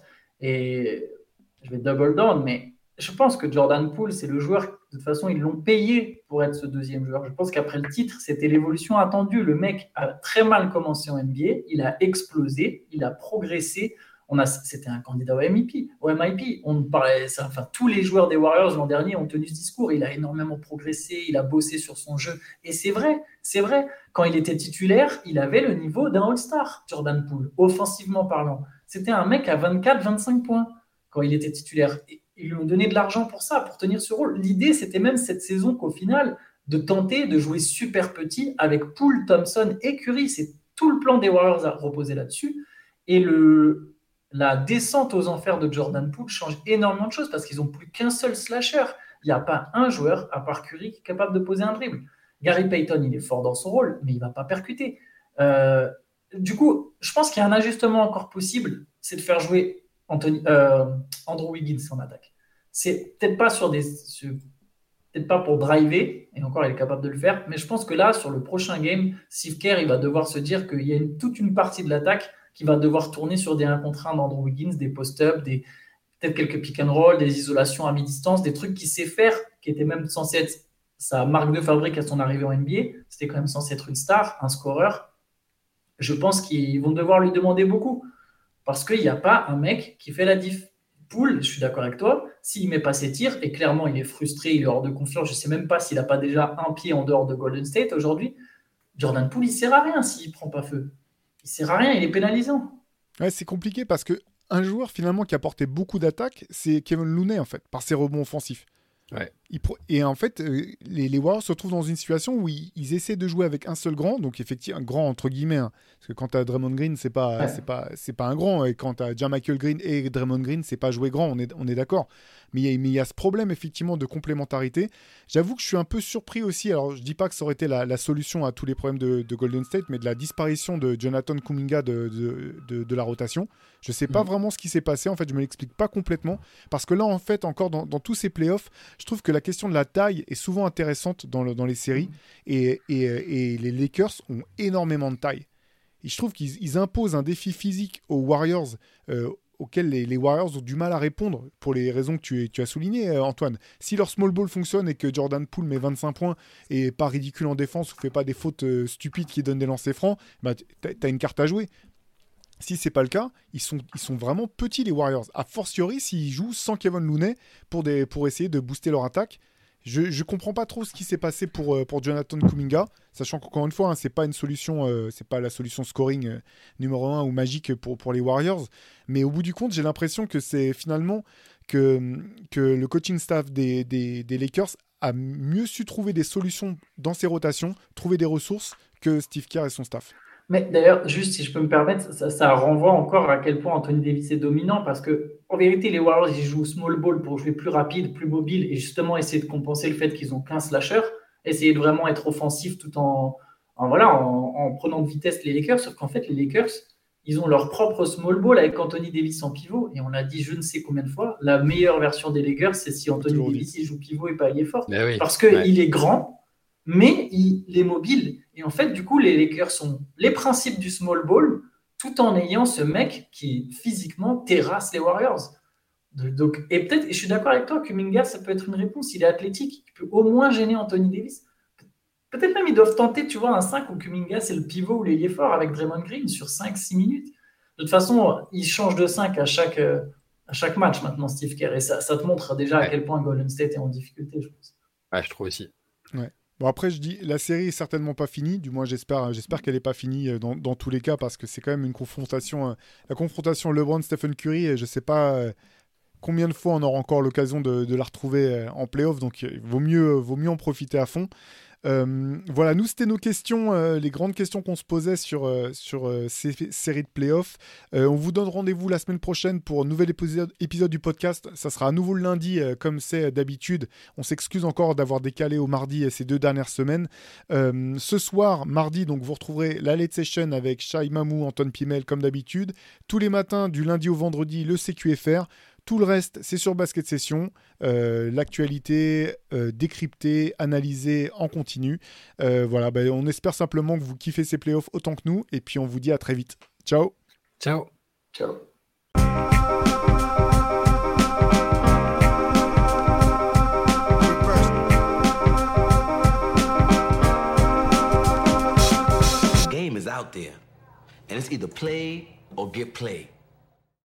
Speaker 5: Et je vais double down, mais je pense que Jordan Poole, c'est le joueur, de toute façon, ils l'ont payé pour être ce deuxième joueur. Je pense qu'après le titre, c'était l'évolution attendue. Le mec a très mal commencé en N B A, il a explosé, il a progressé. On a, c'était un candidat au M I P. Au M I P, on parlait, ça, enfin, tous les joueurs des Warriors l'an dernier ont tenu ce discours. Il a énormément progressé, il a bossé sur son jeu. Et c'est vrai, c'est vrai. Quand il était titulaire, il avait le niveau d'un All-Star, Jordan Poole, offensivement parlant. C'était un mec à vingt-quatre vingt-cinq points quand il était titulaire. Et ils lui ont donné de l'argent pour ça, pour tenir ce rôle. L'idée, c'était même cette saison qu'au final, de tenter de jouer super petit avec Poole, Thompson et Curry. C'est tout le plan des Warriors à reposer là-dessus. Et le... La descente aux enfers de Jordan Poole change énormément de choses parce qu'ils n'ont plus qu'un seul slasher. Il n'y a pas un joueur, à part Curry, qui est capable de poser un dribble. Gary Payton, il est fort dans son rôle, mais il ne va pas percuter. Euh, du coup, je pense qu'il y a un ajustement encore possible, c'est de faire jouer Anthony, euh, Andrew Wiggins en attaque. C'est peut-être pas, sur des, sur, peut-être pas pour driver, et encore, il est capable de le faire, mais je pense que là, sur le prochain game, Steve Kerr, il va devoir se dire qu'il y a une, toute une partie de l'attaque qui va devoir tourner sur des un contre un d'Andrew Wiggins, des post-up, des, peut-être quelques pick and roll, des isolations à mi-distance, des trucs qu'il sait faire, qui étaient même censés être sa marque de fabrique à son arrivée en N B A. C'était quand même censé être une star, un scoreur. Je pense qu'ils vont devoir lui demander beaucoup parce qu'il n'y a pas un mec qui fait la diff. Poole, je suis d'accord avec toi, s'il ne met pas ses tirs, et clairement il est frustré, il est hors de confiance, je ne sais même pas s'il n'a pas déjà un pied en dehors de Golden State aujourd'hui, Jordan Poole, il ne sert à rien s'il ne prend pas feu. Il ne sert à rien, il est pénalisant.
Speaker 4: Ouais, c'est compliqué parce qu'un joueur finalement qui a porté beaucoup d'attaques, c'est Kevin Looney en fait, par ses rebonds offensifs.
Speaker 6: Ouais.
Speaker 4: Il pro- Et en fait, euh, les, les Warriors se retrouvent dans une situation où ils, ils essaient de jouer avec un seul grand, donc effectivement un grand entre guillemets, hein, parce que quand tu as Draymond Green, c'est pas,
Speaker 5: Ouais.
Speaker 4: c'est pas, c'est pas un grand, et quand tu as Jamichael Green et Draymond Green, c'est pas jouer grand, on est, on est d'accord. Mais il y, a- mais il y a ce problème effectivement de complémentarité. J'avoue que je suis un peu surpris aussi, alors je dis pas que ça aurait été la, la solution à tous les problèmes de, de Golden State, mais de la disparition de Jonathan Kuminga de, de, de, de la rotation. Je sais pas
Speaker 5: Mhm.
Speaker 4: vraiment ce qui s'est passé, en fait je me l'explique pas complètement, parce que là en fait encore dans, dans tous ces playoffs, je trouve que la question de la taille est souvent intéressante dans, le- dans les séries, et, et, et les Lakers ont énormément de taille. Et je trouve qu'ils ils imposent un défi physique aux Warriors, euh, auquel les, les Warriors ont du mal à répondre, pour les raisons que tu, tu as soulignées, euh, Antoine. Si leur small ball fonctionne et que Jordan Poole met vingt-cinq points et est pas ridicule en défense ou fait pas des fautes euh, stupides qui donnent des lancers francs, bah, t'as, t'as une carte à jouer. Si c'est pas le cas, ils sont, ils sont vraiment petits les Warriors. A fortiori s'ils jouent sans Kevin Looney pour, des, pour essayer de booster leur attaque. Je ne comprends pas trop ce qui s'est passé pour, euh, pour Jonathan Kuminga, sachant qu'encore une fois, hein, c'est pas une solution, euh, c'est pas la solution scoring euh, numéro un ou magique pour, pour les Warriors. Mais au bout du compte, j'ai l'impression que c'est finalement que, que le coaching staff des, des, des Lakers a mieux su trouver des solutions dans ses rotations, trouver des ressources que Steve Kerr et son staff.
Speaker 5: Mais d'ailleurs, juste si je peux me permettre, ça, ça renvoie encore à quel point Anthony Davis est dominant parce que, en vérité, les Warriors, ils jouent small ball pour jouer plus rapide, plus mobile et justement essayer de compenser le fait qu'ils ont plein slashers, essayer de vraiment être offensif tout en, en, voilà, en, en prenant de vitesse les Lakers. Sauf qu'en fait, les Lakers, ils ont leur propre small ball avec Anthony Davis en pivot et on l'a dit je ne sais combien de fois, la meilleure version des Lakers, c'est si Anthony
Speaker 4: Toujours
Speaker 5: Davis il joue pivot et pas il est fort.
Speaker 6: Mais oui.
Speaker 5: Parce qu'il
Speaker 6: Ouais.
Speaker 5: est grand, mais il, il est mobile. Et en fait, du coup, les Lakers ont les principes du small ball tout en ayant ce mec qui physiquement terrasse les Warriors. De- Donc, et peut-être, et je suis d'accord avec toi, Kuminga, ça peut être une réponse. Il est athlétique, il peut au moins gêner Anthony Davis. Peut-être même ils doivent tenter, tu vois, un cinq où Kuminga, c'est le pivot ou l'ailier fort avec Draymond Green sur cinq six minutes. De toute façon, il change de cinq à chaque, euh, à chaque match maintenant, Steve Kerr. Et ça, ça te montre déjà à
Speaker 6: Ouais.
Speaker 5: quel point Golden State est en difficulté, je pense.
Speaker 6: Ouais, je trouve aussi.
Speaker 4: Bon, après, je dis, la série est certainement pas finie. Du moins, j'espère, j'espère qu'elle n'est pas finie euh, dans, dans tous les cas, parce que c'est quand même une confrontation. euh, la confrontation LeBron-Stephen Curry, et je sais pas euh, combien de fois on aura encore l'occasion de, de la retrouver euh, en playoff, donc il vaut mieux, vaut mieux en profiter à fond. Euh, voilà, nous, c'était nos questions, euh, les grandes questions qu'on se posait sur, euh, sur euh, ces f- séries de playoffs. Euh, on vous donne rendez-vous la semaine prochaine pour un nouvel épisode, épisode du podcast. Ça sera à nouveau le lundi, euh, comme c'est euh, d'habitude. On s'excuse encore d'avoir décalé au mardi euh, ces deux dernières semaines. Euh, ce soir, mardi, donc vous retrouverez la Late Session avec Shai Mamou, Antoine Pimel, comme d'habitude. Tous les matins, du lundi au vendredi, le C Q F R. Tout le reste, c'est sur Basket Session. Euh, L'actualité euh, décryptée, analysée en continu. Euh, voilà, ben, on espère simplement que vous kiffez ces playoffs autant que nous. Et puis on vous dit à très vite. Ciao.
Speaker 6: Ciao.
Speaker 5: Ciao.
Speaker 7: The game is out there, and it's either play or get played.